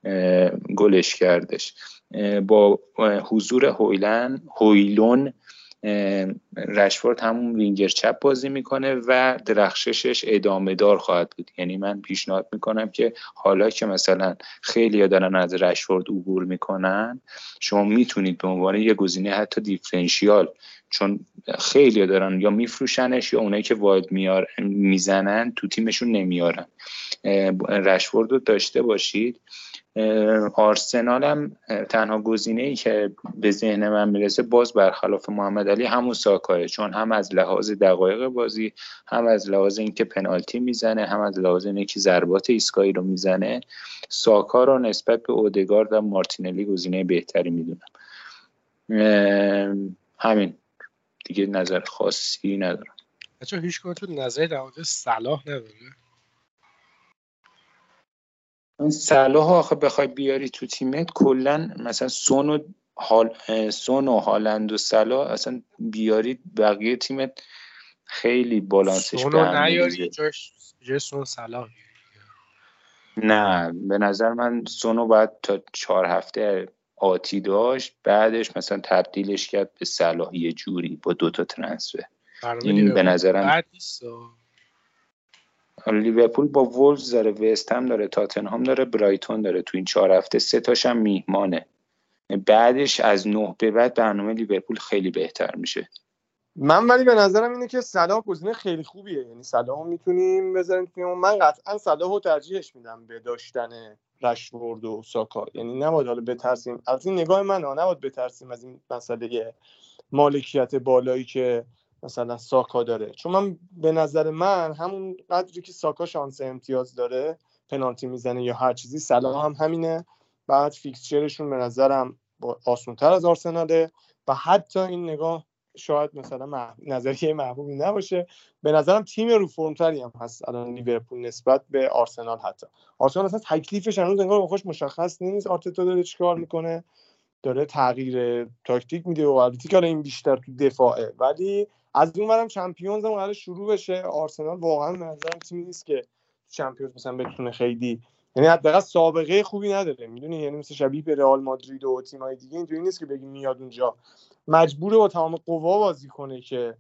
گلش کردش. با حضور هویلون رشفورد همون وینگر چپ بازی میکنه و درخششش ادامه دار خواهد بود. یعنی من پیشنهاد میکنم که حالا که مثلا خیلی ها دارن از رشفورد عبور میکنن، شما میتونید به عنوان یه گزینه حتی دیفرنشیال، چون خیلی ها دارن یا میفروشنش یا اونایی که واید میزنن تو تیمشون نمیارن، رشفورد رو داشته باشید. آرسنال هم تنها گزینه‌ای که به ذهن من میرسه باز برخلاف محمد علی همون ساکاه، چون هم از لحاظ دقایق بازی، هم از لحاظ اینکه پنالتی میزنه، هم از لحاظ اینکه ضربات ایستگاهی رو میزنه، ساکا رو نسبت به اودگارد و مارتینلی گزینه بهتری میدونم. همین دیگه، نظر خاصی ندارم. بچه‌ها هیچ کدومتون نظری در مورد صلاح نداره؟ صلاح آخه بخوای بیاری تو تیمت کلا مثلا سون و هالند و صلاح اصلا بیاری بقیه تیمت خیلی بالانسش به هم نیاری جای سون صلاح بیاری. نه به نظر من سونو باید تا 4 هفته آتی داشت، بعدش مثلا تبدیلش کرد به صلاح یه جوری با 2 تا ترنسفر. این به نظرم بعد نیست. لیورپول با وولفز داره، وست هم داره، تاتنهام داره، برایتون داره، تو این 4 هفته 3 تاش هم میهمانه. بعدش از 9 به بعد برنامه لیورپول خیلی بهتر میشه. من ولی به نظرم اینه که صلاح گزینه خیلی خوبیه، یعنی صلاح میتونیم بذاریم تیم. من قطعا صلاح رو ترجیحش میدم به داشتن رشفورد و ساکا. یعنی نباید حالا بترسیم، از این نگاه من نباید بترسیم از این مسئله مالکیت بالایی که مثلا ساکا داره، چون من به نظر من همون قدری که ساکا شانس امتیاز داره پنالتی میزنه یا هر چیزی، صلاح هم همینه. بعد فیکسچرشون به نظرم آسان‌تر از آرسناله و حتی این نگاه شاید مثلا نظریه محبوبی نباشه، به نظرم تیم رو فرم‌تری هم هست الان لیورپول نسبت به آرسنال. حتی آرسنال اصلا تکلیفش هنوز انگار خوش مشخص نیست، آرتتا داره چیکار میکنه، داره تغییر تاکتیک میده و البته که این بیشتر تو دفاعه، ولی از اون ورم چمپیونز هم قراره شروع بشه. آرسنال واقعا به نظرم تیمی نیست که چمپیونز مثلا بتونه خیلی، یعنی حداقل سابقه خوبی نداره، میدونی، یعنی مثل شبیه به رئال مادرید و تیم‌های دیگه اینجوری نیست که بگی میاد اونجا مجبوره با تمام قوا بازی کنه که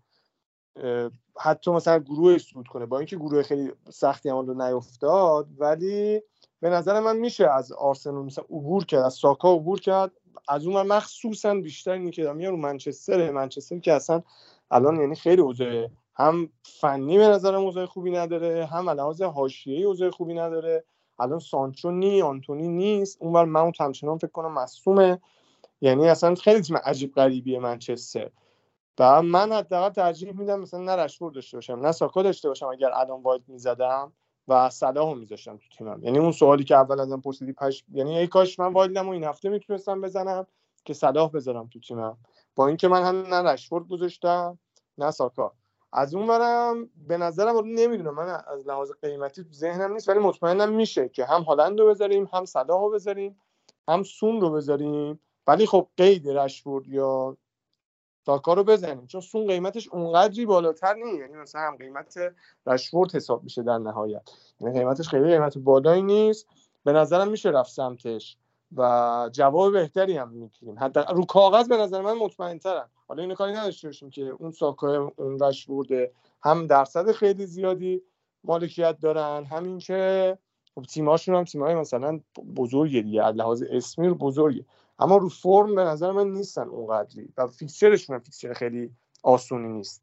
حتی مثلا گروه صعود کنه، با اینکه گروه خیلی سختی هم رو نیفتاد، ولی به نظر من میشه از آرسنال مثلا عبور کرد، از ساکا عبور کرد. از اون مخصوصا بیشتر اینی که میاد رو منچستر که اصلا الان یعنی خیلی اوضاع هم فنی به نظرم اوضاع خوبی نداره، هم لحاظ حاشیه‌ای اوضاع خوبی نداره. الان سانچو آنتونی نیست، اونور ماونت همچنان فکر کنم مصدومه، یعنی اصلا خیلی تیم عجیب غریبیه منچستر. و من حداقل ترجیح میدم مثلا نه رشفورد داشته باشم نه ساکا داشته باشم، اگر الان واید میزدم و صلاحو میذاشتم تو تیمم. یعنی اون سوالی که اول ازم پرسیدی یعنی ای کاش من وایدمو این هفته میتونستم بزنم که صلاح بذارم تو تیمم، با اینکه من هم نه رشفورد گذاشتم نه ساکا. از اون برم به نظرم نمیدونم، من از لحاظ قیمتی تو ذهنم نیست، ولی مطمئنم میشه که هم هالند رو بذاریم، هم صلاحو بذاریم، هم سون رو بذاریم، ولی خب قید رشفورد یا ساکا رو بزنیم، چون سون قیمتش اونقدری بالاتر نیست، یعنی مثلا هم قیمت رشفورد حساب میشه در نهایت، یعنی قیمتش خیلی قیمت بالایی نیست. به نظرم میشه رفت سمتش و جواب بهتری هم میگیریم، حتی رو کاغذ به نظر من مطمئن‌ترم. حالا اینو کاری نداشته باشیم که اون ساکا اون رشفورد هم درصد خیلی زیادی مالکیت دارن، همین که تیم‌هاشون هم تیم‌های مثلا بزرگه دیگه، از لحاظ اسمی بزرگه، اما رو فرم به نظر من نیستن اونقدری و فیکسچرشون هم فیکسچر خیلی آسونی نیست.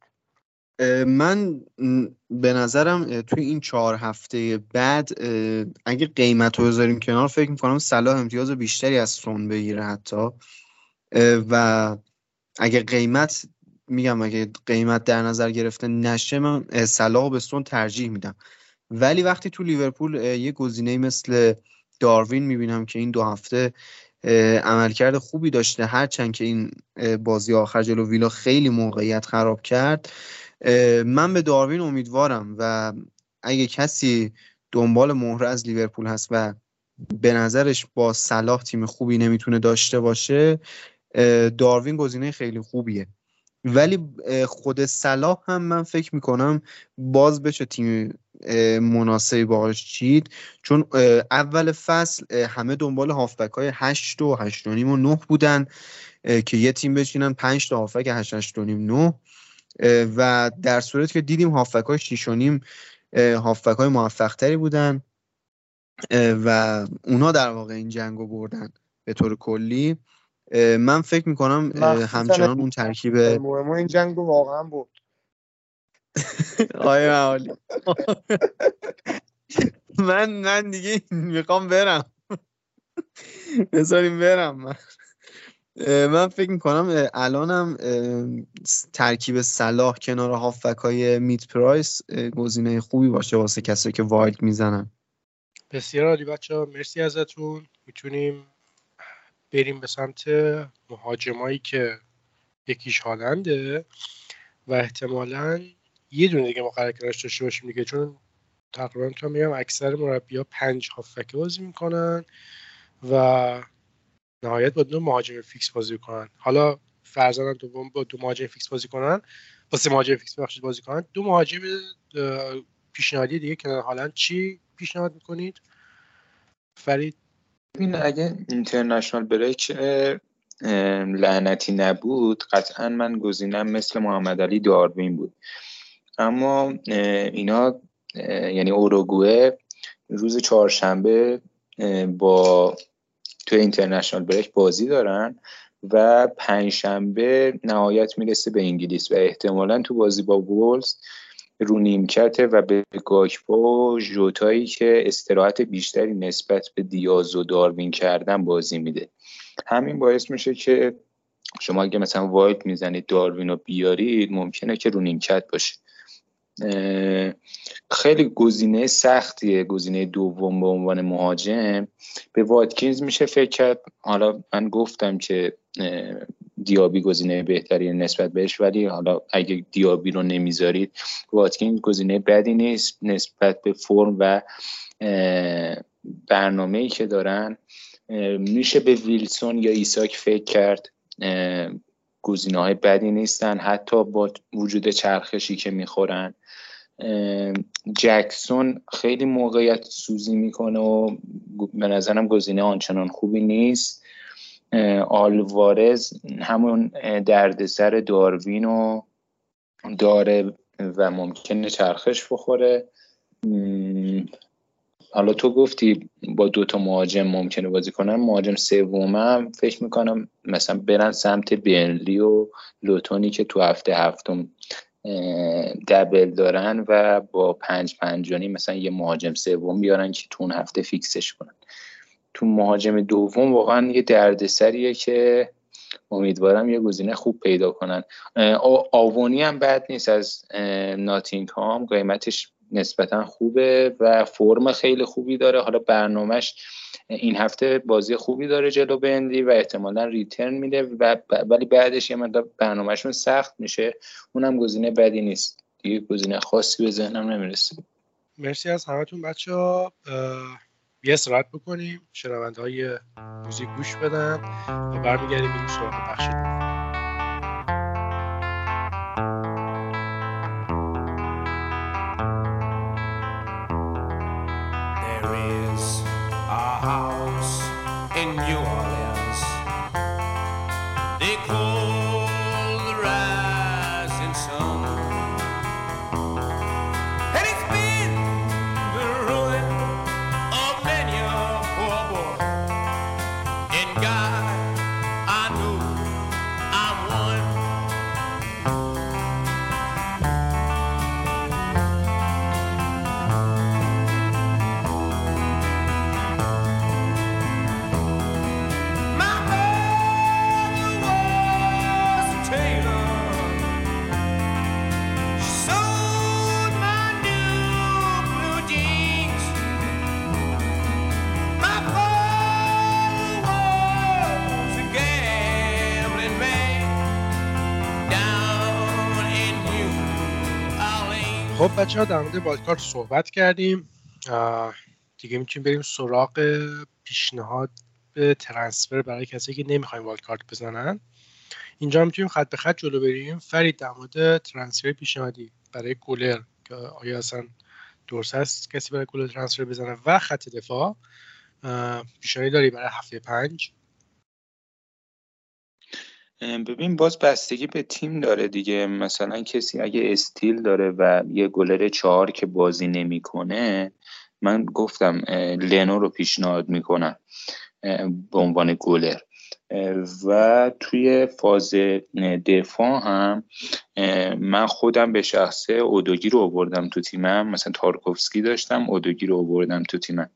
من به نظرم توی این 4 هفته بعد اگه قیمت رو بذاریم کنار، فکر میکنم صلاح امتیاز بیشتری از سون بگیره حتی، و اگه قیمت در نظر گرفته نشه، من صلاح به سون ترجیح میدم. ولی وقتی تو لیورپول یه گزینه مثل داروین میبینم که این 2 هفته عملکرد خوبی داشته، هرچند که این بازی آخر جلو ویلا خیلی موقعیت خراب کرد، من به داروین امیدوارم و اگه کسی دنبال مهره از لیورپول هست و به نظرش با صلاح تیم خوبی نمیتونه داشته باشه، داروین گزینه خیلی خوبیه. ولی خود صلاح هم من فکر میکنم باز بشه تیم مناسبی باهاش چید، چون اول فصل همه دنبال هافبک‌های 8 و 8.5 و 9 بودن که یه تیم بچینن 5 تا هافبک 8 8.5 9 و در صورتی که دیدیم هافبک‌های 6.5 هافبک‌های موفق‌تری بودن و اونا در واقع این جنگو بردن به طور کلی. من فکر میکنم همچنان اون ترکیب مهمه این جنگو واقعا بود. آیه معالی من دیگه میخوام برم بذاریم برم. من فکر میکنم الانم ترکیب صلاح کنار هافبک‌های مید پرایس گزینه خوبی باشه واسه کسایی که وایلد میزنن. بسیار عالی بچه‌ها، مرسی ازتون. میتونیم بریم به سمت مهاجمایی که یکیش هالنده و احتمالاً یه دونه دیگه مقرر کنارش داشته باشیم دیگه، چون تقریبا تا میگم اکثر مربی‌ها 5 هافبک بازی میکنن و نهایت با 2 مهاجم فیکس بازی کنن. حالا فرضاً دوم با 2 مهاجم فیکس بازی کنن، با 3 مهاجم فیکس بازی کنن، 2 مهاجم پیشنهادی دیگه کنار هالند چی پیشنهاد میکنید؟ فرید؟ این اگه اینترنشنال بریک لعنتی نبود قطعا من گزینم مثل محمد علی داروین بود، اما اینا یعنی اوروگوئه روز چهارشنبه با تو اینترنشنال بریک بازی دارن و پنجشنبه نهایت میرسه به انگلیس و احتمالاً تو بازی با وولز رو نیمکته و به گاکپو و ژوتایی که استراحت بیشتری نسبت به دیاز و داروین کردن بازی میده. همین باعث میشه که شما اگه مثلا وایلد میزنید داروین رو بیارید ممکنه که رو نیمکت باشه. خیلی گزینه سختیه گزینه دوم به عنوان مهاجم. به واتکینز میشه فکر کرد. حالا من گفتم که دیابی گزینه بهتری نسبت بهش، ولی حالا اگه دیابی رو نمیذارید واتکینز گزینه بدی نیست نسبت به فرم و برنامه‌ای که دارن. میشه به ویلسون یا ایساک فکر کرد، گزینه‌های بدی نیستن حتی با وجود چرخشی که میخورن. جکسون خیلی موقعیت سوزی میکنه و به نظرم گزینه آنچنان خوبی نیست. آلوارز همون دردسر داروین رو داره و ممکنه چرخش بخوره. حالا تو گفتی با 2 تا مهاجم ممکنه بازی کنن، مهاجم سومم فکر میکنم مثلا برن سمت بینلی و لوتونی که تو هفته هفتم دبل دارن و با 5-5 مثلا یه مهاجم سوم بیارن که تو اون هفته فیکسش کنن. تو مهاجم دوم واقعا یه دردسریه که امیدوارم یه گزینه خوب پیدا کنن. آوونی هم بد نیست از ناتینگهام، قیمتش نسبتا خوبه و فرم خیلی خوبی داره. حالا برنامهش این هفته بازی خوبی داره جلو بندی و احتمالاً ریترن میده ولی بعدش یه مقدار برنامهشون سخت میشه. اونم گزینه بدی نیست دیگه. گزینه خاصی به ذهنم نمیرسه. مرسی از همتون بچه‌ها. یه استراحت بکنیم، شنونده‌های موزیک گوش بدن و برمیگردیم این سراغ بخش. House in New Orleans they call the rising sun, and it's been the ruin of many a poor boy. In God I know I'm one. خب بچه ها در مورد وایلدکارت صحبت کردیم، دیگه میتونیم بریم سراغ پیشنهاد به ترنسفر برای کسایی که نمیخواین وایلدکارت بزنن. اینجا میتونیم خط به خط جلو بریم. فرید در مورد ترنسفر پیشنهادی برای گولر که آیا اصلا درست است کسی برای گل ترانسفر بزنه و خط دفاع پیشنهادی داری برای هفته 5؟ ببین باز بستگی به تیم داره دیگه. مثلا کسی اگه استیل داره و یه گلر 4 که بازی نمیکنه، من گفتم لنو رو پیشنهاد میکنم به عنوان گلر. و توی فاز دفاع هم من خودم به شخصه اودوگی رو آوردم تو تیمم. مثلا تارکوفسکی داشتم، اودوگی رو آوردم تو تیمم.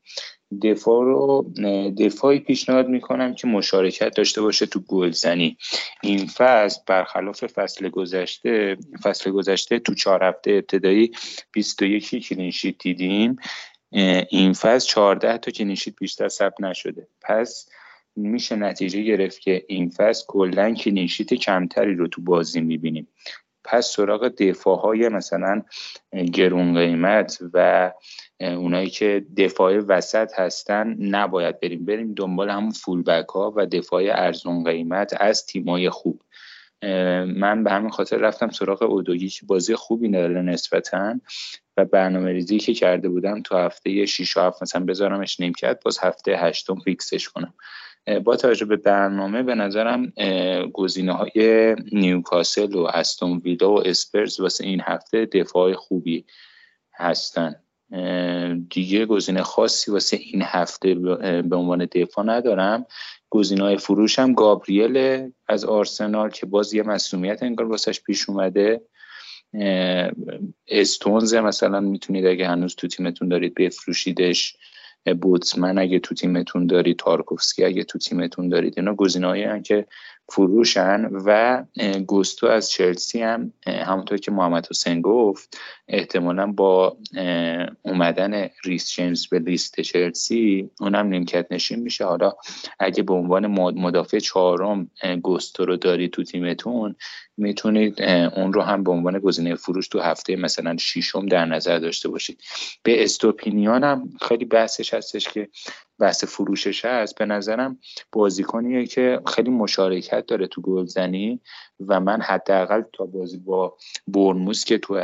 دفاعی پیشنهاد میکنم که مشارکت داشته باشه تو گلزنی. این فصل برخلاف فصل گذشته تو 4 هفته ابتدایی 21 کلین شیت دیدیم. این فصل 14 تا کلین شیت بیشتر ثبت نشده. پس میشه نتیجه گرفت که این فصل کلا کلین شیت کمتری رو تو بازی میبینیم. پس سراغ دفاعهای مثلا گرون قیمت و اونایی که دفاع وسط هستن نباید بریم دنبال همون فول بک ها و دفاع ارزون قیمت از تیمای خوب. من به همین خاطر رفتم سراغ اودوگی که بازی خوبی داره نسبتاً و برنامه‌ریزی که کرده بودم تو هفته 6 و 7 مثلا بذارمش نیمکت، باز هفته 8 فیکسش کنم. با توجه به برنامه به نظرم گزینه‌های نیوکاسل و استون ویلا و اسپرز واسه این هفته دفاع خوبی هستن. دیگه گزینه خاصی واسه این هفته به عنوان دفاع ندارم. گزینه‌های فروشم گابریل از آرسنال که باز یه مسئولیت انگار واسش پیش اومده. استونز مثلا میتونید اگه هنوز تو تیمتون دارید بفروشیدش. بوتسمن اگه تو تیمتون دارید، تارکوفسکی اگه تو تیمتون دارید، اینا گزینه‌هایی هستن که فروشن. و گوستو از چلسی هم همونطور که محمد حسین گفت احتمالاً با اومدن ریس جیمز به لیست چلسی اونم نیمکت نشین میشه. حالا اگه به عنوان مدافع 4 گوستو رو دارید تو تیمتون، میتونید اون رو هم به عنوان گزینه فروش تو هفته مثلا 6 در نظر داشته باشید. به استوپینیان هم خیلی بحثش هستش که بحث فروشش هست. به نظرم بازیکنیه که خیلی مشارکت داره تو گلزنی و من حداقل تا بازی با بورنموث که تو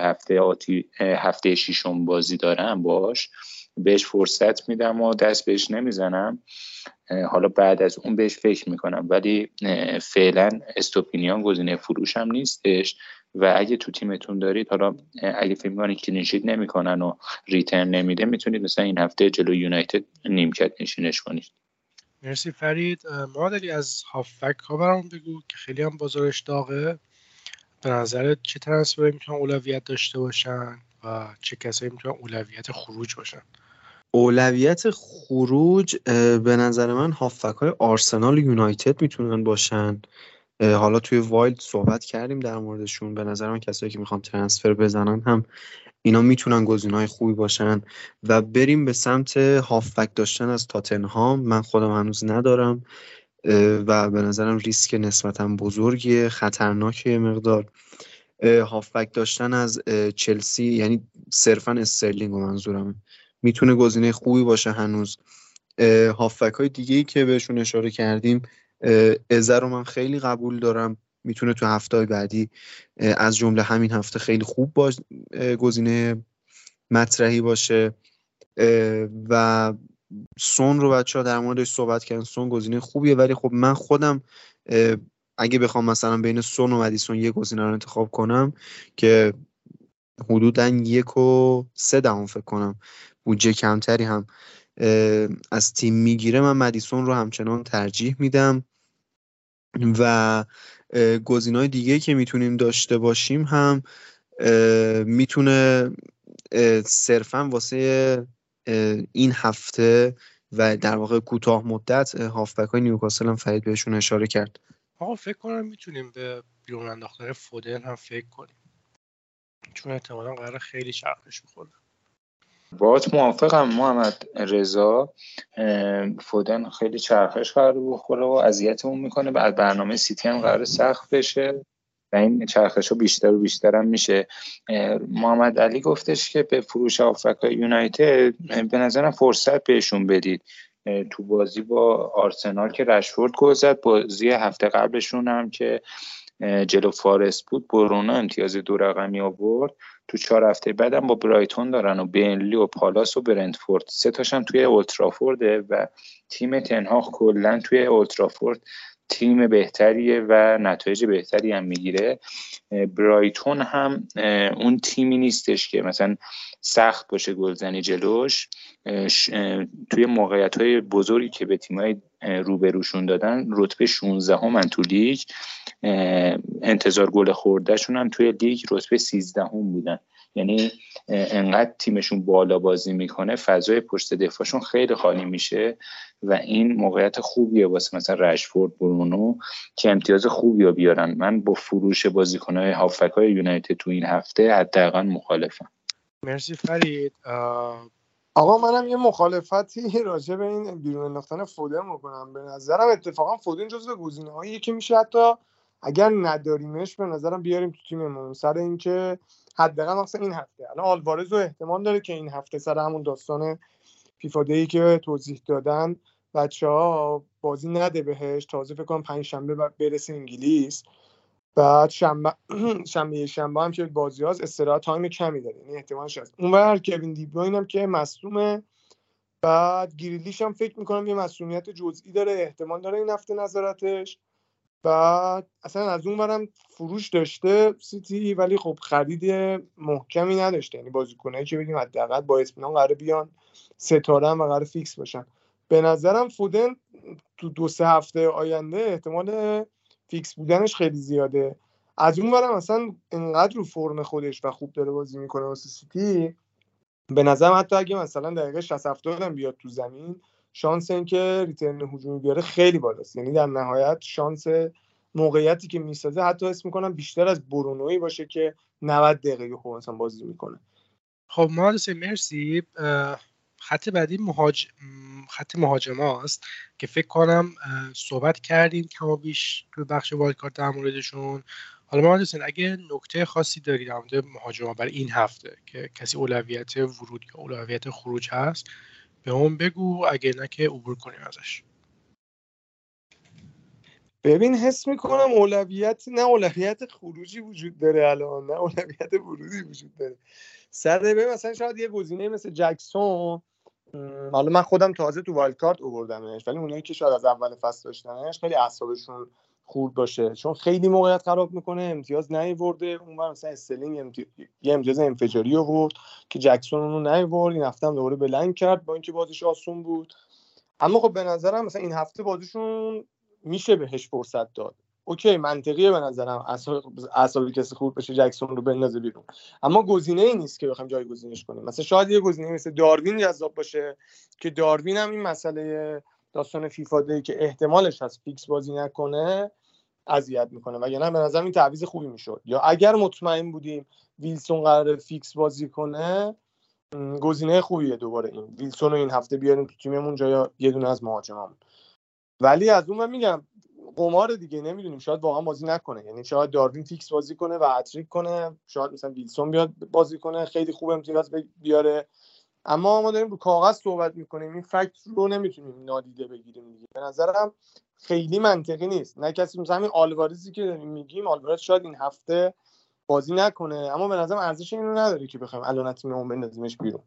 هفته 6 بازی دارم بهش فرصت میدم و دست بهش نمیزنم. حالا بعد از اون بهش فکر میکنم، ولی فعلا استوپینیان گزینه فروش هم نیستش. و اگه تو تیمتون دارید، حالا اگه فکر می‌کنید کلین شیت نمیکنن و ریترن نمیده، میتونید مثلا این هفته جلو یونایتد نیمکت نشینش کنید. مرسی فرید. مادری از هافبک ها برام بگو که خیلی هم بازارش داغه. به نظرت چه ترنسفری میتونن اولویت داشته باشن و چه کسایی میتونن اولویت خروج باشن؟ اولویت خروج به نظر من هافبک های آرسنال و یونایتد میتونن باشن. حالا توی وایلد صحبت کردیم در موردشون. به نظر من کسایی که میخوان ترنسفر بزنن هم اینا میتونن گزینه‌های خوبی باشن. و بریم به سمت هافبک داشتن از تاتنهام. من خودم هنوز ندارم و به نظرم ریسک نسبتا بزرگیه، خطرناکه مقدار. هافبک داشتن از چلسی، یعنی صرفا استرلینگ و منظورم، میتونه گزینه خوبی باشه هنوز. هافبک های دیگه‌ای که بهشون اشاره کردیم، ازه رو من خیلی قبول دارم، میتونه تو هفته بعدی از جمله همین هفته خیلی خوب گزینه مطرحی باشه. و سون رو بچه‌ها در موردش صحبت کردن، سون گزینه خوبیه، ولی خب من خودم اگه بخوام مثلا بین سون و مدیسون یه گزینه رو انتخاب کنم که حدوداً 1.3 فکر کنم بودجه کمتری هم از تیم میگیره، من مدیسون رو همچنان ترجیح میدم. و گزینه‌های دیگه که میتونیم داشته باشیم هم میتونه صرفاً واسه این هفته و در واقع کوتاه مدت هافبک های نیوکاسل هم فرید بهشون اشاره کرد. آقا فکر کنم میتونیم به بیرون انداختن فودن هم فکر کنیم، چون احتمالاً قراره خیلی چرخش بخوره. باهات موافقم محمد رضا. فودن خیلی چرخش قراره بخوره و اذیتمون میکنه. بعد برنامه سیتی هم قراره سخت بشه و این چرخش ها بیشتر و بیشتر هم میشه. محمد علی گفتش که به فروش هافبک یونایتد به نظرم فرصت بهشون بدید. تو بازی با آرسنال که رشفورد گل زد، بازی هفته قبلشون هم که جلو فارست بود برونا امتیاز 2 رقمی آورد. تو 4 هفته بعدم با برایتون دارن و بینلی و پالاس و برنتفورد، 3 تاشم توی اولترافورده و تیم تنهاخ کلا توی اولترافورد تیم بهتریه و نتایج بهتری هم میگیره. برایتون هم اون تیمی نیستش که مثلا سخت باشه گلزنی جلوش. توی موقعیت‌های بزرگی که به تیم‌های روبروشون دادن رتبه 16 هم تو لیگ، انتظار گل خوردهشون هم توی لیگ رتبه 13 هم بودن. یعنی انقدر تیمشون بالا بازی میکنه فضای پشت دفاعشون خیلی خالی میشه و این موقعیت خوبیه واسه مثلا رشفورد، برونو که امتیاز خوبی رو بیارن. من با فروش بازیکن‌های هافبک‌های یونایتد تو این هفته حداقل مخالفم. مرسی فرید. آقا منم یه مخالفتی راجع به این بیرون انداختن فودن میکنم. به نظرم اتفاقا فودن جزو گزینه‌هاییه که میشه حتی اگر نداریمش به نظرم بیاریم تو تیممون، سر اینکه حداقل مثلا این هفته الان آلوارز رو احتمال داره که این هفته سر همون داستان فیفا دی که توضیح دادن بچه‌ها بازی نده بهش، تازه فکر کنم 5 شنبه برسه انگلیس، بعد شنبه هم که بازی‌هاست استراحت تایم کمی داره، یعنی احتمالش هست. اونور کوین دی بروین هم که مصدومه، بعد گریلیش هم فکر می‌کنم یه مصدومیت جزئی داره، احتمال داره این هفته نظارتش. بعد اصلا از اون برم فروش داشته سیتی ولی خب خرید محکمی نداشته، یعنی بازیکنایی که بگیم حداقل با اطمینان قراره بیان ستاره هم و قراره فیکس باشن. به نظرم فودن تو 2-3 هفته آینده احتمال فیکس بودنش خیلی زیاده. از اون برم اصلا انقدر رو فرم خودش و خوب داره بازی میکنه واسه سیتی، به نظرم حتی اگه مثلا دقیقه 60-70 هم بیاد تو زمین شانس این که ریترن هجومی بیاره خیلی بالاست. یعنی در نهایت شانس موقعیتی که میسازه حتی اسم میکنم بیشتر از برونویی باشه که 90 دقیقه خوب مثلا بازی میکنه. خب محمد مرسی. خط بعدی خط مهاجماست که فکر کنم صحبت کردیم کما بیش تو بخش وایلدکارت در موردشون. حالا محمد حسین اگه نکته خاصی دارید در مورد مهاجما برای این هفته که کسی اولویت ورود یا اولویت خروج هست به اون بگو، اگه نه که عبور کنیم ازش. ببین حس میکنم اولویت خروجی وجود داره الان، نه اولویت ورودی وجود داره. سر ببین مثلا شاید یه گزینه مثل جکسون، حالا من خودم تازه تو وایلد کارت آوردمش، ولی اونایی که شاید از اول فصل داشتنش خیلی اعصابشون خورد باشه چون خیلی موقعیت خراب میکنه، امتیاز نیورده. اونور مثلا استلینگ یه امتیاز انفجاری آورد که جکسون اونو نیورد، این هفته هم دوباره بلنگ کرد با اینکه بازیش آسون بود. اما خب به نظرم مثلا این هفته بازیشون میشه بهش فرصت داد. اوکی منطقیه به نظرم اعصاب کسی خورد بشه جکسون رو بندازه بیرون، اما گزینه‌ای نیست که بخوایم جایگزینش کنیم. مثلا شاید یه گزینه مثل داروین جذاب باشه که داروین هم این مسئله داستان فیفا دی که احتمالش هست فیکس بازی نکنه اذیت میکنه، وگرنه به نظر این تعویض خوبی میشد. یا اگر مطمئن بودیم ویلسون قراره فیکس بازی کنه گزینه خوبیه دوباره این ویلسون رو این هفته بیاریم تو تیممون جای یه دونه از مهاجمامون. ولی از اون من میگم قمار دیگه نمیدونیم، شاید واقعا بازی نکنه، یعنی شاید داروین فیکس بازی کنه و هتریک کنه، شاید مثلا ویلسون بیاد بازی کنه خیلی خوب امتیاز بیاره. اما ما داریم رو کاغذ صحبت میکنیم، این فکت رو نمیتونیم نادیده بگیریم دیگه. به نظرم خیلی منطقی نیست. نه کسی مثلا همین آلوارزی که داریم میگیم آلوارز شاید این هفته بازی نکنه، اما به نظرم ارزش اینو نداره که بخوایم الان تیممون بندازیمش بیرون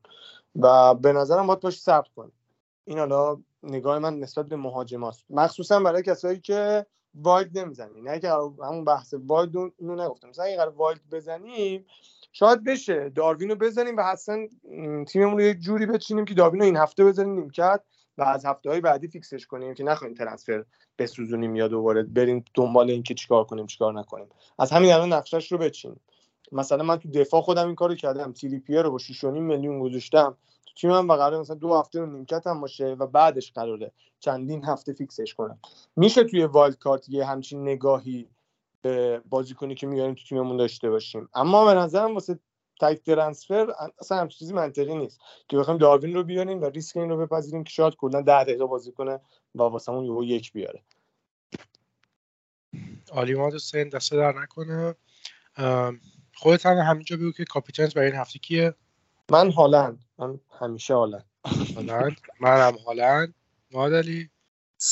و به نظرم باید باش صبر کنیم. این حالا نگاه من نسبت به مهاجماست، مخصوصا برای کسایی که وایلد نمیزنن. نه که همون بحث وایلد رو نگفتم، مثلا اگه قرار وایلد بزنیم شاید بشه داروین رو بزنیم و حسن تیممون رو یه جوری بچینیم که داروین رو این هفته بزنیم نیمکت و از هفته‌های بعدی فیکسش کنیم که نخوایم ترانسفر بسوزونیم یا دوباره بریم دنبال این که چیکار کنیم چیکار نکنیم. از همین الان نقشه‌اش رو بچینیم. مثلا من تو دفاع خودم این کارو کردم، تریپیر رو با 6.5 میلیون گذاشتم تو تیمم و قراره مثلا 2 هفته رو نیمکت هم باشه و بعدش قراره چندین هفته فیکسش کنم. میشه توی وایلد کارت یه همچین نگاهی به بازیکنی که میاریم تو تیممون داشته باشیم، اما به نظرم واسه تک ترانسفر اصلا همچین چیزی منطقی نیست که بخوایم داروین رو بیاریم و ریسک این رو بپذیریم که شاید کلا 10 دقیقه بازی کنه و واسمون یهو یک بیاره. عالی محمد حسین، دست در نکنه. خودت هم همینجا بگو که کاپیتانت برای این هفته کیه؟ من هالند، من همیشه هالند. منم هالند. محمد علی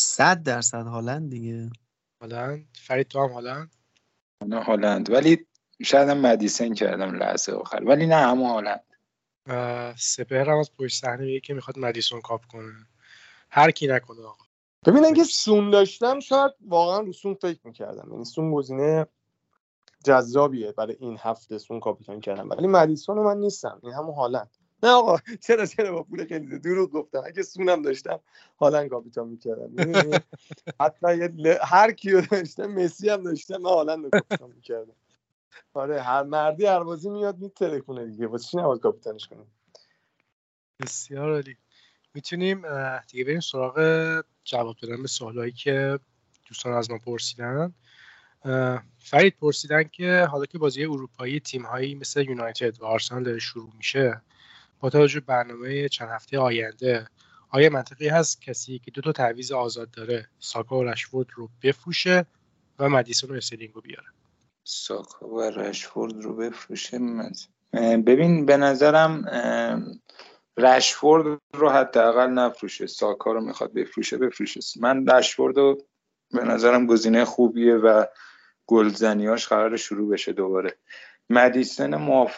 100% هالند دیگه. هالند. فرید تو هم هالند؟ نه هالند، ولی شاید هم مدیسن کردم لحظه آخر، ولی نه همون هالند. سپهر هم از پشت صحنه میگه که میخواد مدیسون کاپ کنه. هر کی نکنه آقا. ببین اگه سون داشتم شاید واقعا رو سون فکر میکردم، یعنی سون گزینه جذابیه برای این هفته سون کاپیتان کردم، ولی مدیسون من نیستم، این همون هالند. نه آقا چرا با پول خیلی دروغ گفتم. اگه سونم داشتم هالند کاپیتان میکردم. حتی هر کیو داشتم، مسی هم داشتم، من هالند کاپیتان میکردم. آره هر مردی هر بازی میاد میترکونه دیگه، واسه چی نباید کاپیتانش کنیم. بسیار عالی. میتونیم دیگه بریم سراغ جواب دادن به سوالایی که دوستان از ما پرسیدن. فرید پرسیدن که حالا که بازی اروپایی تیم‌هایی مثل یونایتد و آرسنال داره شروع میشه، با توجه به برنامه چند هفته آینده، آیا منطقی هست کسی که 2 تعویض آزاد داره ساکا و رشفورد رو بفروشه و مدیسون و استرلینگ رو بیاره؟ ساکا و رشفورد رو بفروشه؟ ببین به نظرم رشفورد رو حداقل نفروشه. ساکا رو میخواد بفروشه. من رشفورد رو به نظرم گزینه خوبیه و گلزنیاش قرار شروع بشه دوباره. مدیسن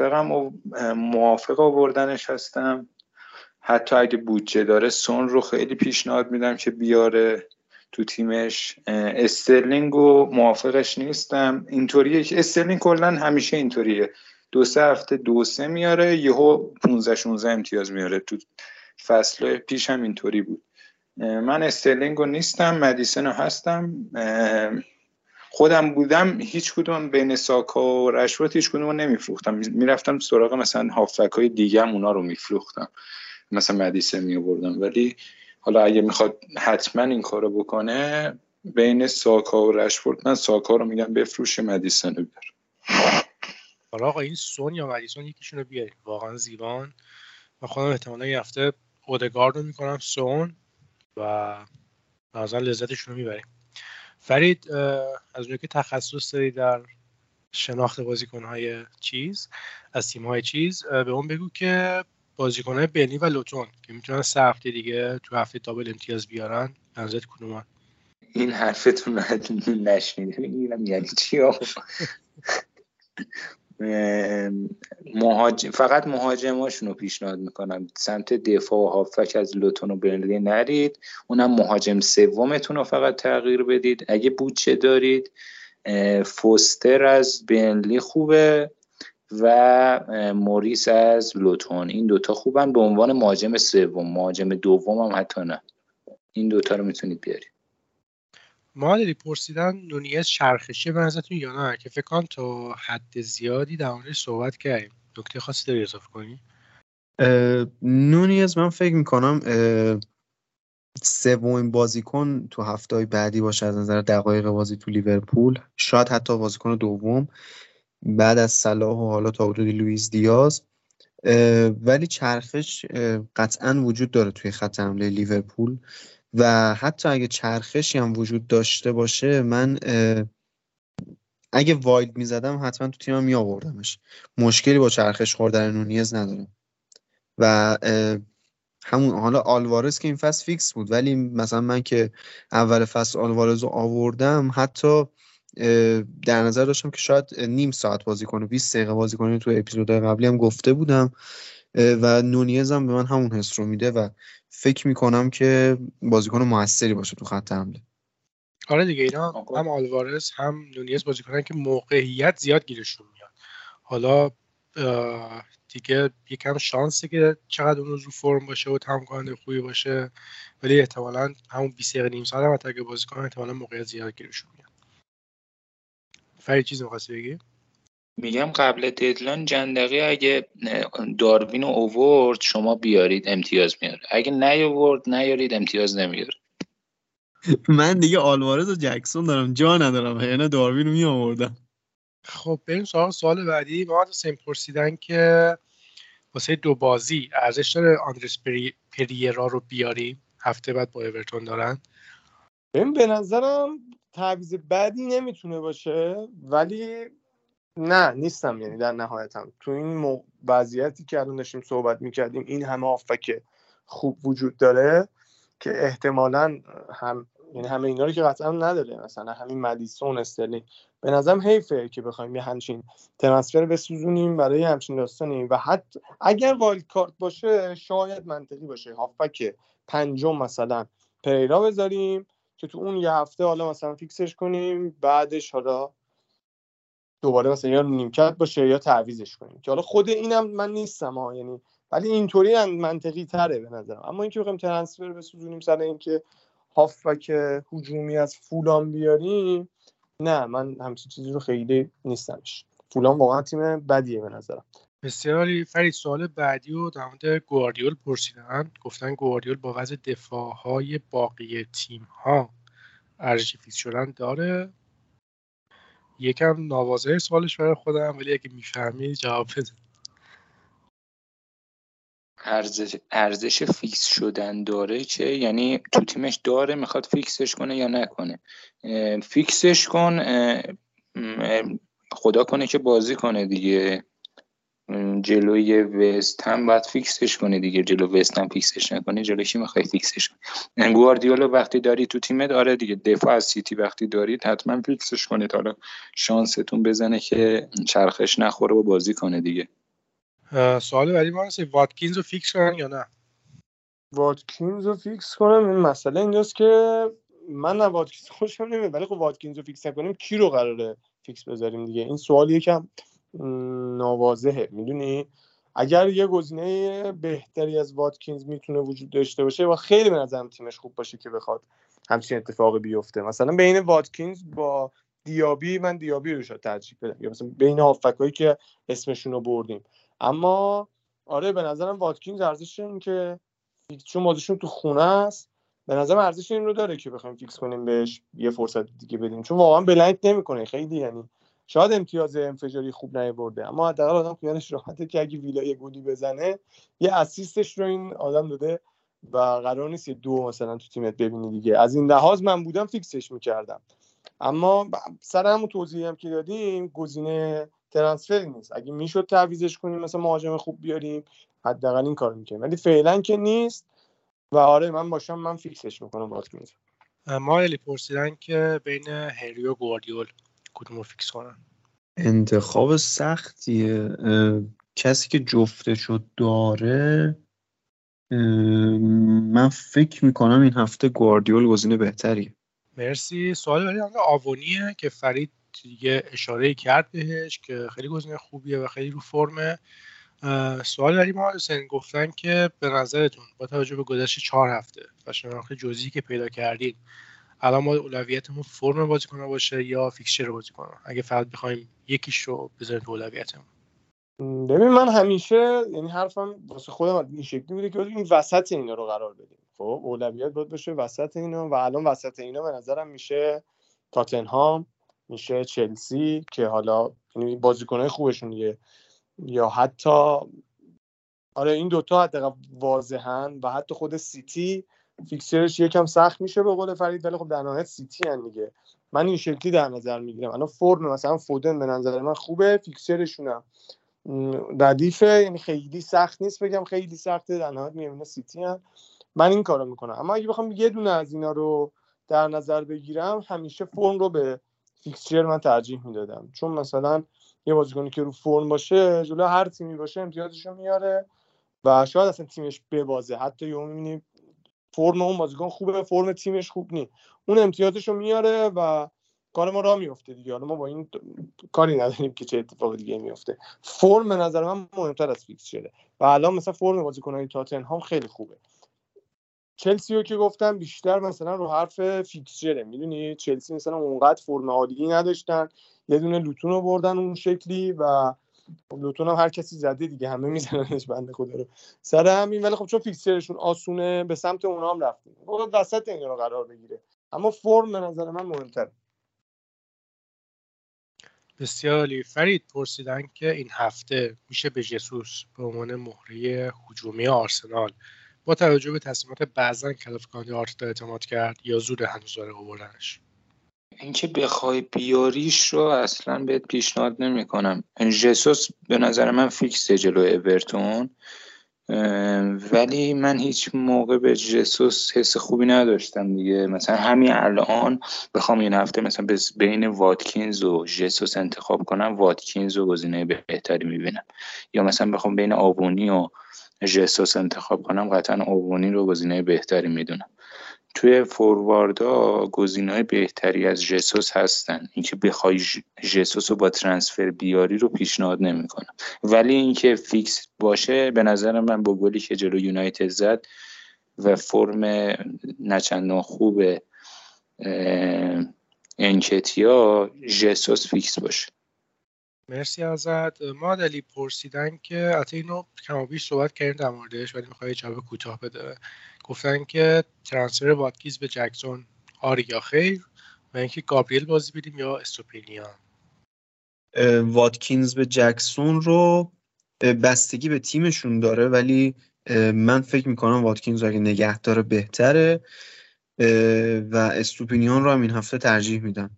موافق آوردنش هستم، حتی اگه بودجه داره. سون رو خیلی پیشنهاد میدم که بیاره تو تیمش. استرلینگ رو موافقش نیستم. اینطوریه که استرلینگ کلا همیشه اینطوریه، 2-3 هفته 2-3 میاره، یهو 15-16 امتیاز میاره. تو فصل پیش هم اینطوری بود. من استرلینگ رو نیستم، مدیسن رو هستم. خودم بودم هیچ کدوم بین ساکا و رشفورد هیچ کدوم رو نمیفروختم، میرفتم سراغ مثلا هافبک های دیگه هم اونا رو میفروختم، مثلا مدیسن میآوردم. ولی حالا اگه میخواد حتما این کارو بکنه بین ساکا و رشفورد، من ساکا رو میگم بفروشه، مدیسن رو بیاره. حالا آقا این سون یا مدیسون یکیشون رو بیاریم، واقعا زیبان. من خودم احتمالاً یه هفته اودگارد رو میکنم سون و مثلا لذتشون رو میبریم. فرید از اونجایی که تخصص داری در شناخت بازیکن‌های از تیم‌های به اون بگو که بازیکن‌های بنی و لوتون که میتونن 3 هفته دیگه تو هفته دابل امتیاز بیارن، نظرت کدومن؟ این حرفتون رو نشنیده میگم یعنی چی آقا؟ فقط مهاجماشون رو پیشنهاد میکنم. سمت دفاع و هافک از لوتون و برنلی نرید، اونم مهاجم سومتون رو فقط تغییر بدید. اگه بودجه دارید فوستر از برنلی خوبه و موریس از لوتون، این دوتا خوبن به عنوان مهاجم سوم. مهاجم دوم هم حتی نه. این دوتا رو میتونید بیارید. محمدعلی پرسیدن نونیز چرخشی به نظرتون یا نه، که فکر کنم تا حد زیادی در موردش صحبت کردیم. نکته خاصی داری اضافه کنی؟ نونیز من فکر میکنم سومین بازیکن تو هفته‌های بعدی باشه از نظر دقایق بازی تو لیورپول، شاید حتی بازیکن دوم بعد از صلاح و حالا تا حدودی لوئیس دیاز. ولی چرخش قطعا وجود داره توی خط حمله لیورپول و حتی اگه چرخشی هم وجود داشته باشه، من اگه وایلد میزدم حتما تو تیمم میآوردمش. مشکلی با چرخش خوردن نونیز ندارم. و همون حالا آلوارز که این فصل فیکس بود، ولی مثلا من که اول فصل آلوارز رو آوردم حتی در نظر داشتم که شاید نیم ساعت بازی کنه، 20 دقیقه بازی کنه. تو اپیزودهای قبلی هم گفته بودم و نونیز هم به من همون حس رو میده و فکر میکنم که بازیکن موثری باشه تو خط حمله. آره دیگه، اینا هم آلوارز هم نونیز بازیکنن که موقعیت زیاد گیرشون میاد. حالا دیگه یکم شانسه که چقدر اون رو فرم باشه و تمام کننده خوبی باشه، ولی احتمالاً همون 20 دقیقه نیم ساعت هم حتی اگه بازی کنن احتمالاً موقعیت زیاد گیرشون میاد. فرید چیزی می‌خواستی بگی؟ میگم قبل ددلاین جندقی اگه داروین رو اوورد شما بیارید امتیاز میاره، اگه نیارید امتیاز نمیاره. من دیگه آلوارز و جکسون دارم، جا ندارم، یعنی داروین رو میآوردم. خب بریم سراغ سوال بعدی. ما حتی پرسیدن که واسه 2 بازی ارزش داره آندرس پریرا رو بیاریم؟ هفته بعد با اورتون دارن. به نظرم تعویض بدی نمیتونه باشه، ولی نه نیستم. یعنی در نهایتم تو این وضعیتی که الان داشتیم صحبت میکردیم، این همه هافبک خوب وجود داره که احتمالاً هم یعنی همه اینا رو که قطعا نداره، مثلا همین مدیسون، استرلینگ. به نظرم حیفه که بخوایم یه همچین ترانسفر بسوزونیم برای همچین داستانی. و حتی اگر وایلد کارت باشه شاید منطقی باشه هافبک پنجم مثلا پریرا بذاریم که تو اون یه هفته حالا مثلا فیکسش کنیم، بعدش حالا دوباره مثلا یا نیمکت باشه یا تعویضش کنیم، که حالا خود اینم من نیستم ها، یعنی ولی اینطوری منطقی تره به نظرم. اما اینکه بخوایم ترانسفر بسوزونیم سر اینکه هافبک هجومی از فولان بیاریم، نه، من همچین چیزی رو خیلی نیستمش. فولان واقعا تیم بدیه به نظرم. بسیاری. فرید سوال بعدی رو در مورد گواردیول پرسیدن، گفتن گواردیول با وضع دفاع‌های باقی تیم‌ها ارزش فیکس شدن داره. یکم ناواضح سوالش برای خودم، ولی اگه میفهمی جواب بده. ارزش فیکس شدن داره که یعنی تو تیمش داره میخواد فیکسش کنه یا نکنه؟ فیکسش کن، خدا کنه که بازی کنه دیگه. جلوی وست هم باید فیکسش کنه دیگه، جلو وست هم فیکسش نکنه جلوی کی میخوای فیکسش کنی؟ گواردیولا وقتی داری تو تیمت داره دیگه، دفاع از سیتی وقتی دارید حتما فیکسش کنید، حالا شانستون بزنه که چرخش نخوره و بازی کنه دیگه. سوال بعدی ما هست واتکینز رو فیکس کنن یا نه؟ واتکینز رو فیکس کنم، این مسئله اینجاست که من نه واتکینز خوشم نمیاد، ولی خب واتکینز رو فیکس نکنیم کی رو قراره فیکس بذاریم دیگه؟ این سوال یکم ناواضحه، میدونی؟ اگر یه گزینه بهتری از واتکینز میتونه وجود داشته باشه و خیلی به نظرم تیمش خوب باشه که بخواد همچین اتفاقی بیفته، مثلا بین واتکینز با دیابی، من دیابی رو شاید ترجیح بدم، یا مثلا بین هافبکایی که اسمشون رو بردیم. اما آره به نظرم واتکینز ارزش این که چون بازیشون تو خونه است، به نظرم ارزش این رو داره که بخوایم فیکس کنیم بهش یه فرصت دیگه بدیم، چون واقعا بلند نمیکنه خیلی، یعنی شاید امتیاز انفجاری خوب نیاورده اما حداقل آدم خیالش راحته که اگه ویلا یه گلی بزنه یه اسیستش رو این آدم داده و قرار نیست یه دو مثلا تو تیمت ببینی دیگه. از این لحاظ من بودم فیکسش میکردم. اما سر همون توضیحی هم که دادیم گزینه ترانسفری نیست. اگه میشد تعویضش کنیم مثلا مهاجم خوب بیاریم حداقل این کارو میکنیم، ولی فعلا که نیست. و آره من باشم من فیکسش میکنم واتکینز. مایلی پرسیدن که بین هری و گواردیول کدوم رو فیکس کنن. انتخاب سختیه. کسی که جفتشو داره، من فکر میکنم این هفته گواردیول گزینه بهتریه. مرسی. سوال بعدی هم آوونیه که فرید دیگه اشاره کرد بهش که خیلی گزینه خوبیه و خیلی رو فرمه. سوال بعدی ما حسین گفتن که به نظرتون با توجه به گذشت 4 هفته و شناخت جزئی که پیدا کردید الان ما اولویتمون فرم بازیکن باشه یا فیکسچر بازیکن؟ اگه فقط بخوایم یکیش رو بذاریم تو اولویتمون. ببین من همیشه یعنی حرفم واسه خودم این شکلی بوده که این وسط اینا رو قرار بدیم. خب اولویت باید باشه وسط اینا و الان وسط اینا به نظرم میشه تاتنهام، میشه چلسی که حالا یعنی بازیکن‌های خوبشون دیگه، یا حتی آره این دوتا حداقل واضحن، و حتی خود سیتی فیکسچرش یکم سخت میشه به قول فرید، ولی خب در نهایت سیتی ان دیگه. من این شکلی در نظر میگیرم. الان فرم مثلا فودن به نظر من خوبه، فیکسچرشون ردیفه، یعنی خیلی سخت نیست بگم خیلی سخته، در نهایت میبینه سیتی هم. من این کارو میکنم. اما اگه بخوام یه دونه از اینا رو در نظر بگیرم همیشه فرم رو به فیکسچر من ترجیح میدادم، چون مثلا یه بازیکنی که رو فرم باشه جلو هر تیمی باشه امتیازشو میاره و شاید اصلا تیمش ببازه، حتی یهو میبینی فرم اون بازیکن خوبه فرم تیمش خوب نیست، اون امتیازشو میاره و کار ما راه میفته دیگه. حالا ما با این کاری نداریم که چه اتفاق دیگه میفته. فرم به نظر من مهمتر از فیکس شده و الان مثلا فرم بازیکن‌های تاتنهام خیلی خوبه. چلسی رو که گفتم بیشتر مثلا رو حرف فیکسچره، میدونی چلسی مثلا اونقدر فرم عالی نداشتن، یه دونه لوتون رو بردن اون شکلی و لوتون هم هر کسی زده دیگه، همه میزننش بنده خدا رو سر همین. ولی خب چون فیکسچرشون آسونه به سمت اونها هم رفتیم، باید وسط اینا رو قرار بگیره. اما فرم به نظر من مهمتره. بسیار عالی. فرید پرسیدن که این هفته میشه به ژسوس به عنوان مهره هجومی آرسنال با توجه به تصمیمات بعضن کلافکانی آرتتا اعتماد کرد یا زود هنوز داره آوردنش؟ اینکه بخوای بیاریش رو اصلا بهت پیشنهاد نمی‌کنم. ژسوس به نظر من فیکسه جلو اورتون. ولی من هیچ موقع به ژسوس حس خوبی نداشتم دیگه. مثلا همین الان بخوام این هفته مثلا بین واتکینز و ژسوس انتخاب کنم، واتکینز رو گزینه بهتری میبینم. یا مثلا بخوام بین آبونی و ژسوس انتخاب کنم، قطعا آبونی رو گزینه بهتری میدونم. توی فورواردا گزینه‌های بهتری از ژسوس هستن. اینکه بخوای ژسوس رو با ترانسفر بیاری رو پیشنهاد نمی‌کنم، ولی اینکه فیکس باشه به نظر من با گلی که جلو یونایتد زد و فرم نچندان خوب انکتیا، ژسوس فیکس باشه. مرسی ازت. مادلی پرسیدن که حتی اینو کم و بیش صحبت کردیم در موردش، ولی میخوای جواب کوتاه بده. گفتن که ترانسفر واتکینز به جکسون آری یا خیر، و اینکه گابریل بازی بدیم یا استوپینیان. واتکینز به جکسون رو بستگی به تیمشون داره، ولی من فکر میکنم واتکینز رو اگه نگه داره بهتره و استوپینیان رو هم این هفته ترجیح میدم.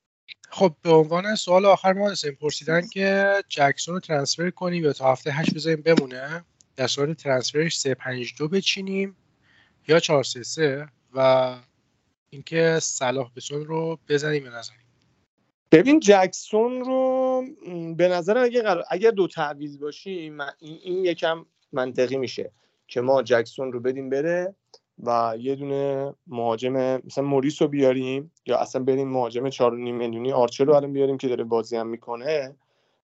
خب به عنوان سوال آخر ما پرسیدن که جکسون رو ترانسفر کنیم یا تا هفته 8 بذاریم بمونه، در صورت ترانسفرش 3-5-2 بچینیم یا 4-3-3، و اینکه صلاح به سون رو بزنیم یا نزنیم. ببین جکسون رو به نظرم اگر دو تعویض باشیم این یکم منطقی میشه که ما جکسون رو بدیم بره و یه دونه مهاجم مثلا موریس رو بیاریم، یا اصلا بریم مهاجم 4.5 میلیونی آرچر رو الان بیاریم که داره بازی هم میکنه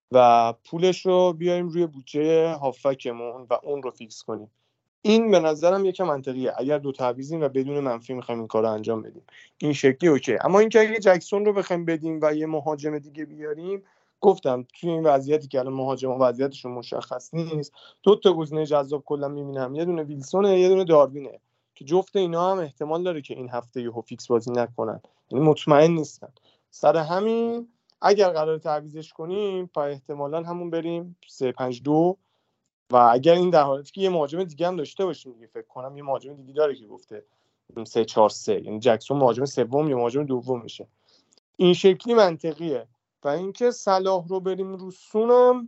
و پولش رو بیاریم روی بودجه هافکمون و اون رو فیکس کنیم. این به نظرم یکم منطقیه اگر دو تعویضیم و بدون منفی میخوایم این کارو انجام بدیم، این شکلی اوکی. اما اینکه اگه جکسون رو بخوایم بدیم و یه مهاجم دیگه بیاریم، گفتم توی این وضعیتی که الان مهاجما وضعیتشون مشخص نیست، دو تا گزینه جذاب کلا میبینم، یه دونه ویلسونه یه دونه داروینه که جفت اینا هم احتمال داره که این هفته یهو فیکس بازی نکنن، یعنی مطمئن نیستن. سر همین اگر قرار تعویضش کنیم پس احتمالاً همون بریم 3-5-2 و اگر این در حالتی که یه مهاجم دیگه هم داشته باشیم دیگه، فکر کنم یه مهاجم دیگه داره که گفته 3-4-3، یعنی جکسون مهاجم سوم یا مهاجم دوم میشه. این شکلی منطقیه. و اینکه صلاح رو بریم رو سونم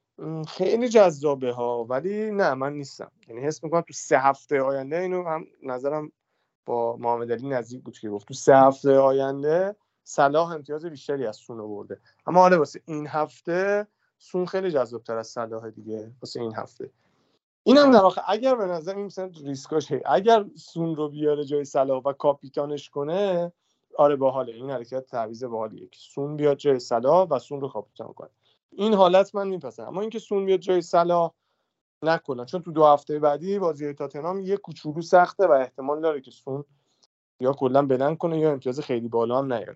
خیلی جذابه ها، ولی نه من نیستم، یعنی حس میکنم تو 3 هفته آینده، اینو هم نظرم با محمد علی نزدیک بود که گفت تو 3 هفته آینده صلاح امتیاز بیشتری از سون آورده. اما آره واسه این هفته سون خیلی جذاب‌تر از صلاح دیگه واسه این هفته. اینم در واقع اگر به نظر این مثلا ریسکاش اگر سون رو بیاره جای صلاح و کاپیتانش کنه، آره باحاله، این حرکت تعویض باحالیه که سون بیاد جای صلاح و سون رو کاپیتان کنه. این حالت من میپسندم. اما اینکه سون بیاد جای صلاح نکنه، چون تو 2 هفته بعدی بازی تاتنهام یه کوچولو سخته و احتمال داره که سون یا کلا بلند کنه یا امتیاز خیلی بالا هم نیاره.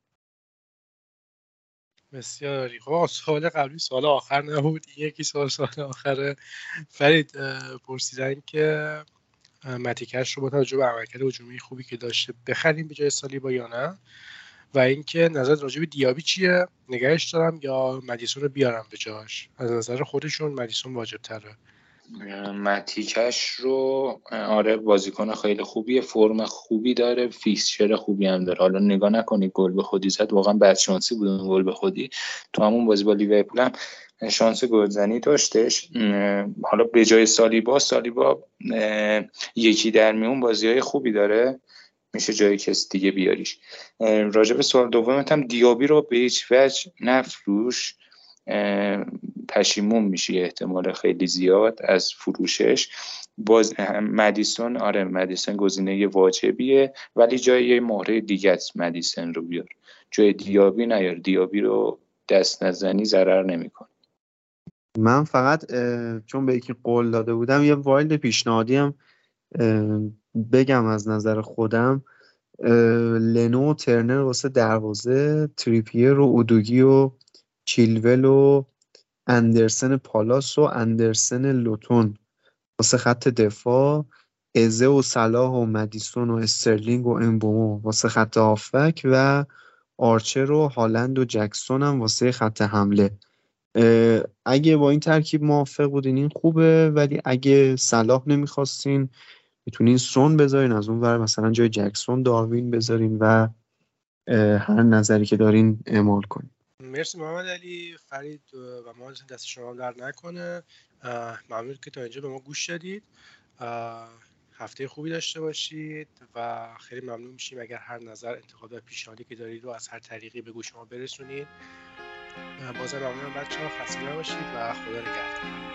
بسیاری. خب سوال قبلی سوال آخر نبود، یکی سوال آخره. فرید پرسیدن که متیکش رو با توجه به عملکرد هجومی خوبی که داشته بخریم به جای سالیبا یا نه، و اینکه نظر راجع به دیابی چیه، نگهش دارم یا مدیسون رو بیارم به جاش؟ از نظر خودشون مدیسون واجب تره. متیکش رو آره بازیکن خیلی خوبیه، فرم خوبی داره، فیکسچر خوبی هم داره. حالا نگاه نکنی گل به خودی زد، واقعا بدشانسی بود اون گل به خودی. تو همون بازی با لیورپول هم شانس گلزنی داشتش. حالا به جای سالیبا یکی در میون بازی‌های خوبی داره، میشه جای کسی دیگه بیاریش. راجع به سوال دومت هم دیابی رو به هیچ وجه نفروش، پشیمون میشی احتمال خیلی زیاد از فروشش. باز مدیسون، آره مدیسون گزینه واجبیه، ولی جای یه مهره دیگه است مدیسون رو بیار، جای دیابی نیار. دیابی رو دست نزنی ضرر نمیکنه. من فقط چون به یکی قول داده بودم یه وایلد پیشنهادی هم بگم از نظر خودم. لنو و ترنر واسه دروازه، تریپیر و اودوگی و چیلول و اندرسن پالاس و اندرسن لوتون واسه خط دفاع، ازه و صلاح و مدیسون و استرلینگ و امبومو واسه خط هافبک و آرچر و هالند و جکسون هم واسه خط حمله. اگه با این ترکیب موافق بودین این خوبه، ولی اگه صلاح نمیخواستین میتونین سون بذارین، از اون ور مثلا جای جکسون داروین بذارین و هر نظری که دارین اعمال کنین. مرسی محمد علی. فرید و ما دست شما در نکنه. ممنون که تا اینجا به ما گوش دادید. هفته خوبی داشته باشید و خیلی ممنون میشیم اگر هر نظر، انتقاد و پیشنهادی که دارید رو از هر طریقی به گوش ما برسونید. بازم ممنونم بچه‌ها، خسته نباشید و خدا نگهدار.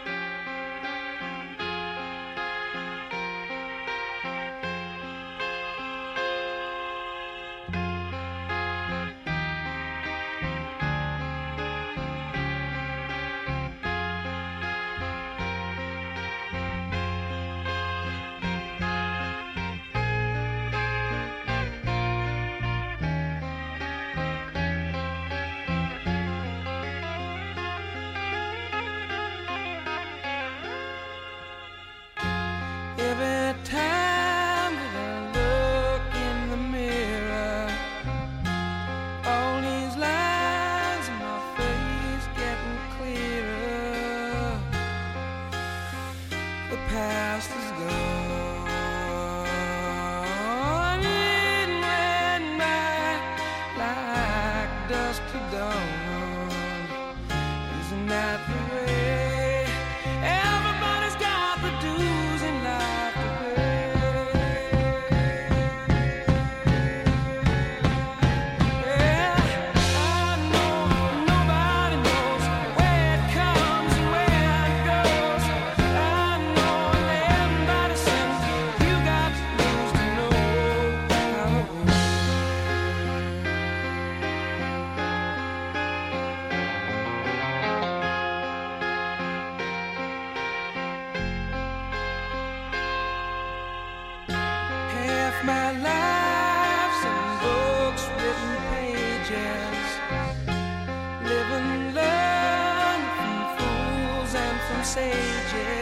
My life's in books, written pages. Live and learn from fools and from sages.